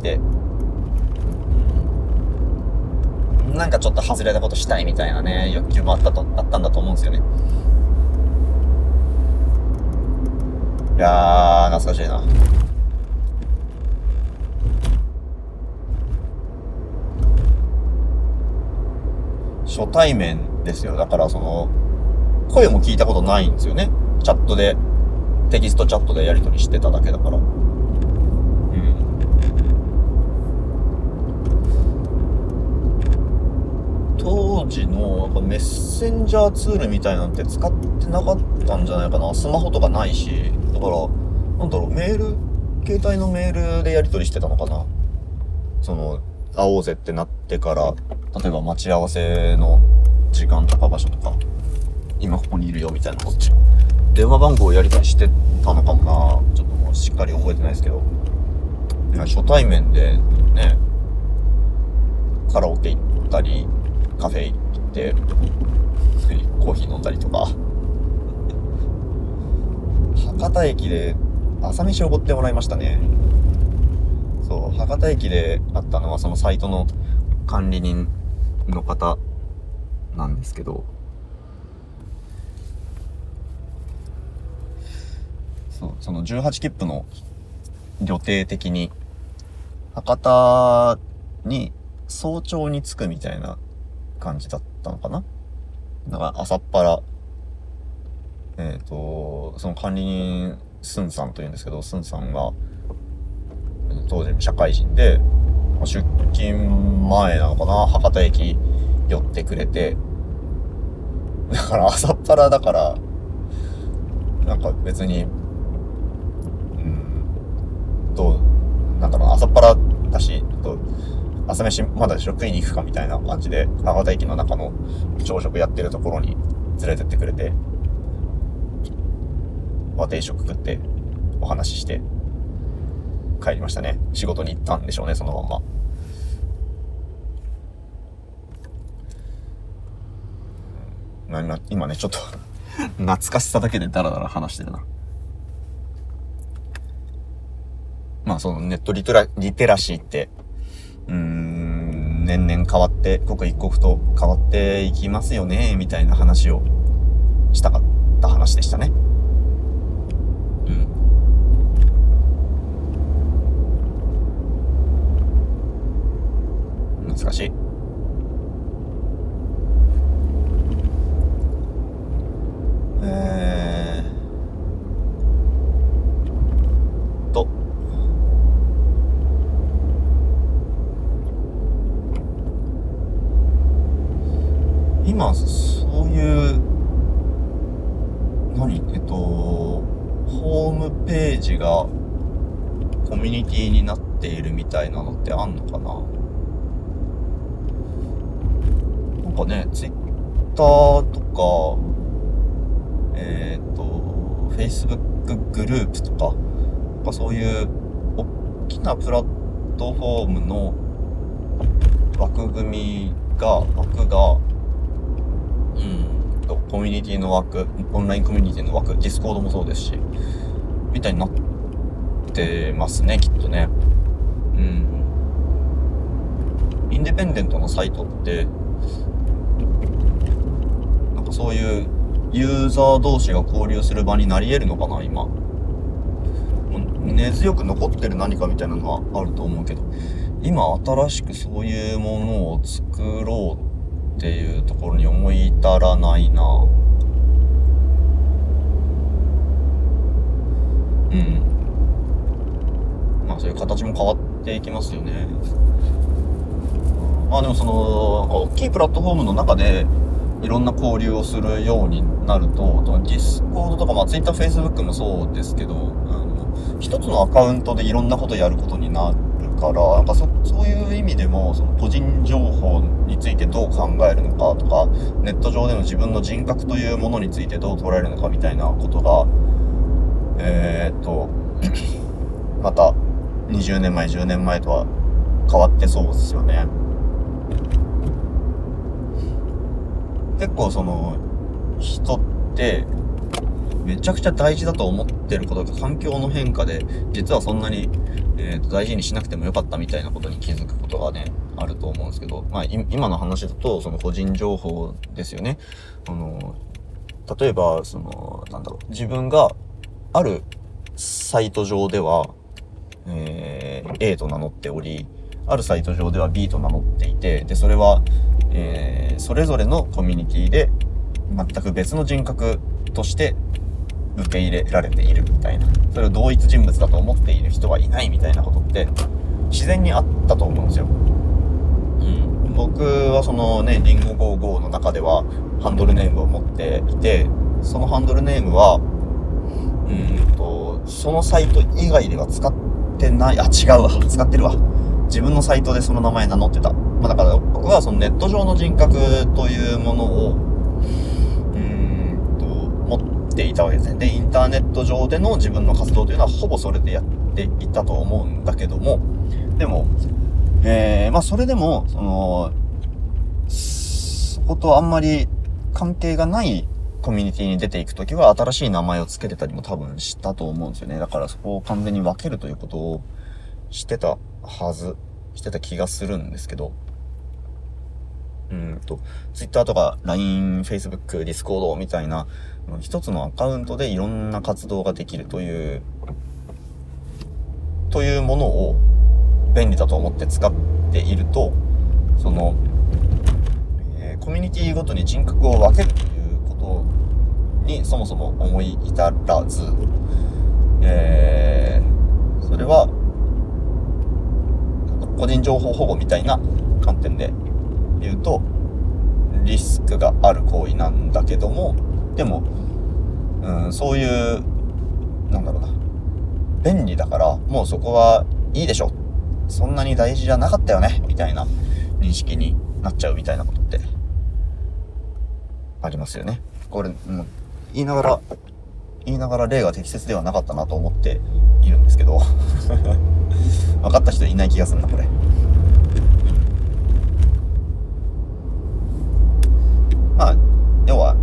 なんかちょっと外れたことしたいみたいなね、欲求もあったんだと思うんですよね。いやー、懐かしいな。初対面ですよ。だからその、声も聞いたことないんですよね。チャットで、テキストチャットでやり取りしてただけだから。当時のメッセンジャーツールみたいなんて使ってなかったんじゃないかな。スマホとかないし。だから、なんだろう、携帯のメールでやり取りしてたのかな。その、会おうぜってなってから、例えば待ち合わせの時間とか場所とか、今ここにいるよみたいなこっち。電話番号をやり取りしてたのかもな。ちょっともうしっかり覚えてないですけど。初対面でね、カラオケ行ったり、カフェ行って、コーヒー飲んだりとか。博多駅で朝飯をおごってもらいましたね。そう、博多駅であったのはそのサイトの管理人の方なんですけど、そう、その18切符の予定的に博多に早朝に着くみたいな感じだったのかな。だから朝っぱら、その管理人スンさんというんですけど、スンさんが当時社会人で出勤前なのかな、博多駅寄ってくれて、だから朝っぱらだからなんか別になんだろう、朝っぱらだし、朝飯まだでしょ、食いに行くかみたいな感じで、博多駅の中の朝食やってるところに連れてってくれて、和定食食ってお話しして帰りましたね。仕事に行ったんでしょうね、そのまんま。今ね、ちょっと懐かしさだけでダラダラ話してるな。まあそのネットリテラシーって、年々変わって、刻一刻と変わっていきますよね、みたいな話をしたかった話でしたね。懐かしい。今、そういう、ホームページがコミュニティになっているみたいなのってあんのかな。なんかね、ツイッターとか、Facebook グループとか、なんかそういう大きなプラットフォームの枠が、コミュニティの枠、オンラインコミュニティの枠、ディスコードもそうですし、みたいになってますね、きっとね。インディペンデントのサイトって、なんかそういうユーザー同士が交流する場になり得るのかな、今。根強く残ってる何かみたいなのはあると思うけど、今新しくそういうものを作ろうっていうところに思い至らないな。 まあそういう形も変わっていきますよね。まあでもその大きいプラットフォームの中でいろんな交流をするようになると、ディスコードとか、まあ、ツイッター、フェイスブックもそうですけど、一つのアカウントでいろんなことやることになるから、なんかそういう意味でも、その個人情報についてどう考えるのかとか、ネット上での自分の人格というものについてどう捉えるのかみたいなことが、また20年前、10年前とは変わってそうですよね。結構その人ってめちゃくちゃ大事だと思ってることが環境の変化で実はそんなに、大事にしなくてもよかったみたいなことに気づくことがねあると思うんですけど、まあ今の話だとその個人情報ですよね。例えばその自分があるサイト上では、A と名乗っており、あるサイト上では B と名乗っていて、でそれはそれぞれのコミュニティで全く別の人格として受け入れられているみたいな、それを同一人物だと思っている人はいないみたいなことって自然にあったと思うんですよ。僕はそのね、リンゴ55の中ではハンドルネームを持っていて、そのハンドルネームはそのサイト以外では使ってない、違うわ、使ってるわ。自分のサイトでその名前名乗ってた。だから僕はそのネット上の人格というものを持っていたわけですね。で、インターネット上での自分の活動というのはほぼそれでやっていたと思うんだけども、でも、まあそれでもそことあんまり関係がないコミュニティに出ていくときは新しい名前を付けてたりも多分したと思うんですよね。だからそこを完全に分けるということをしてた気がするんですけど、Twitter とか LINE、Facebook、Discord みたいな一つのアカウントでいろんな活動ができるというものを便利だと思って使っていると、その、コミュニティごとに人格を分けるということにそもそも思い至らず、それは個人情報保護みたいな観点で言うとリスクがある行為なんだけども、でも、そういう便利だからもうそこはいいでしょ、そんなに大事じゃなかったよねみたいな認識になっちゃうみたいなことってありますよね。これ言いながら例が適切ではなかったなと思っているんですけど分かった人いない気がするな、これ。まあ要は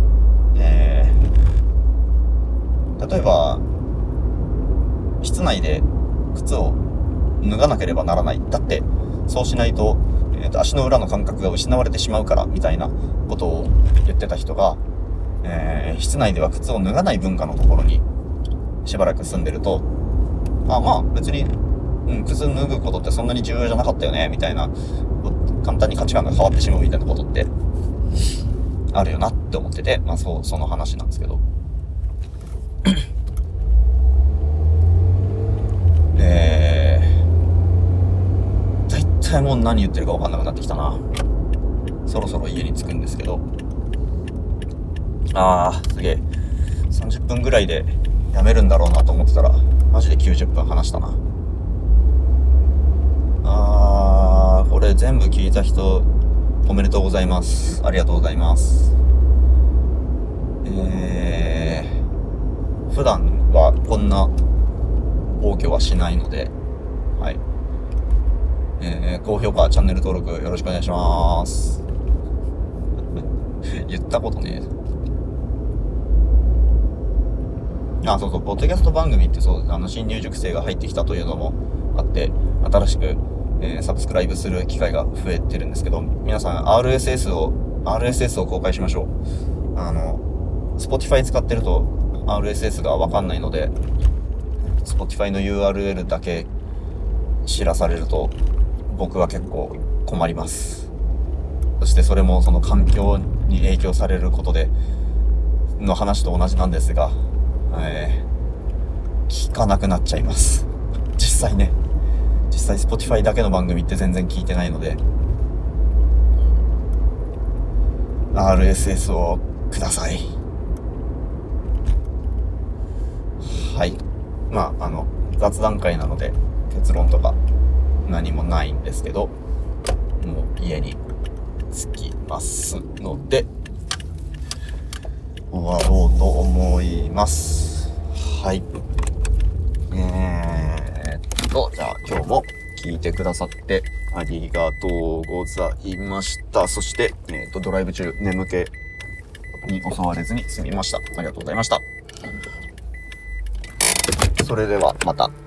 例えば室内で靴を脱がなければならない、だってそうしないと、足の裏の感覚が失われてしまうからみたいなことを言ってた人が、室内では靴を脱がない文化のところにしばらく住んでると、まあ別に、靴脱ぐことってそんなに重要じゃなかったよねみたいな、簡単に価値観が変わってしまうみたいなことってあるよなって思ってて、まあその話なんですけど大体もう何言ってるか分かんなくなってきたな。そろそろ家に着くんですけど、すげえ30分ぐらいでやめるんだろうなと思ってたらマジで90分話したな。これ全部聞いた人おめでとうございます。ありがとうございます。普段はこんな暴挙はしないので、はい。高評価、チャンネル登録よろしくお願いします。言ったことねえ。そう、ポッドキャスト番組って新入塾生が入ってきたというのもあって、新しく、サブスクライブする機会が増えてるんですけど、皆さん RSS を公開しましょう。Spotify 使ってると RSS がわかんないので、Spotify の URL だけ知らされると僕は結構困ります。そしてそれもその環境に影響されることでの話と同じなんですが、聞聞かなくなっちゃいます。実際 Spotify だけの番組って全然聞いてないので、RSS をください。はい。まあ、雑談会なので結論とか何もないんですけど、もう家に着きますので、終わろうと思います。はい。じゃあ今日も聞いてくださってありがとうございました。そして、ドライブ中眠気に襲われずに済みました。ありがとうございました。それではまた。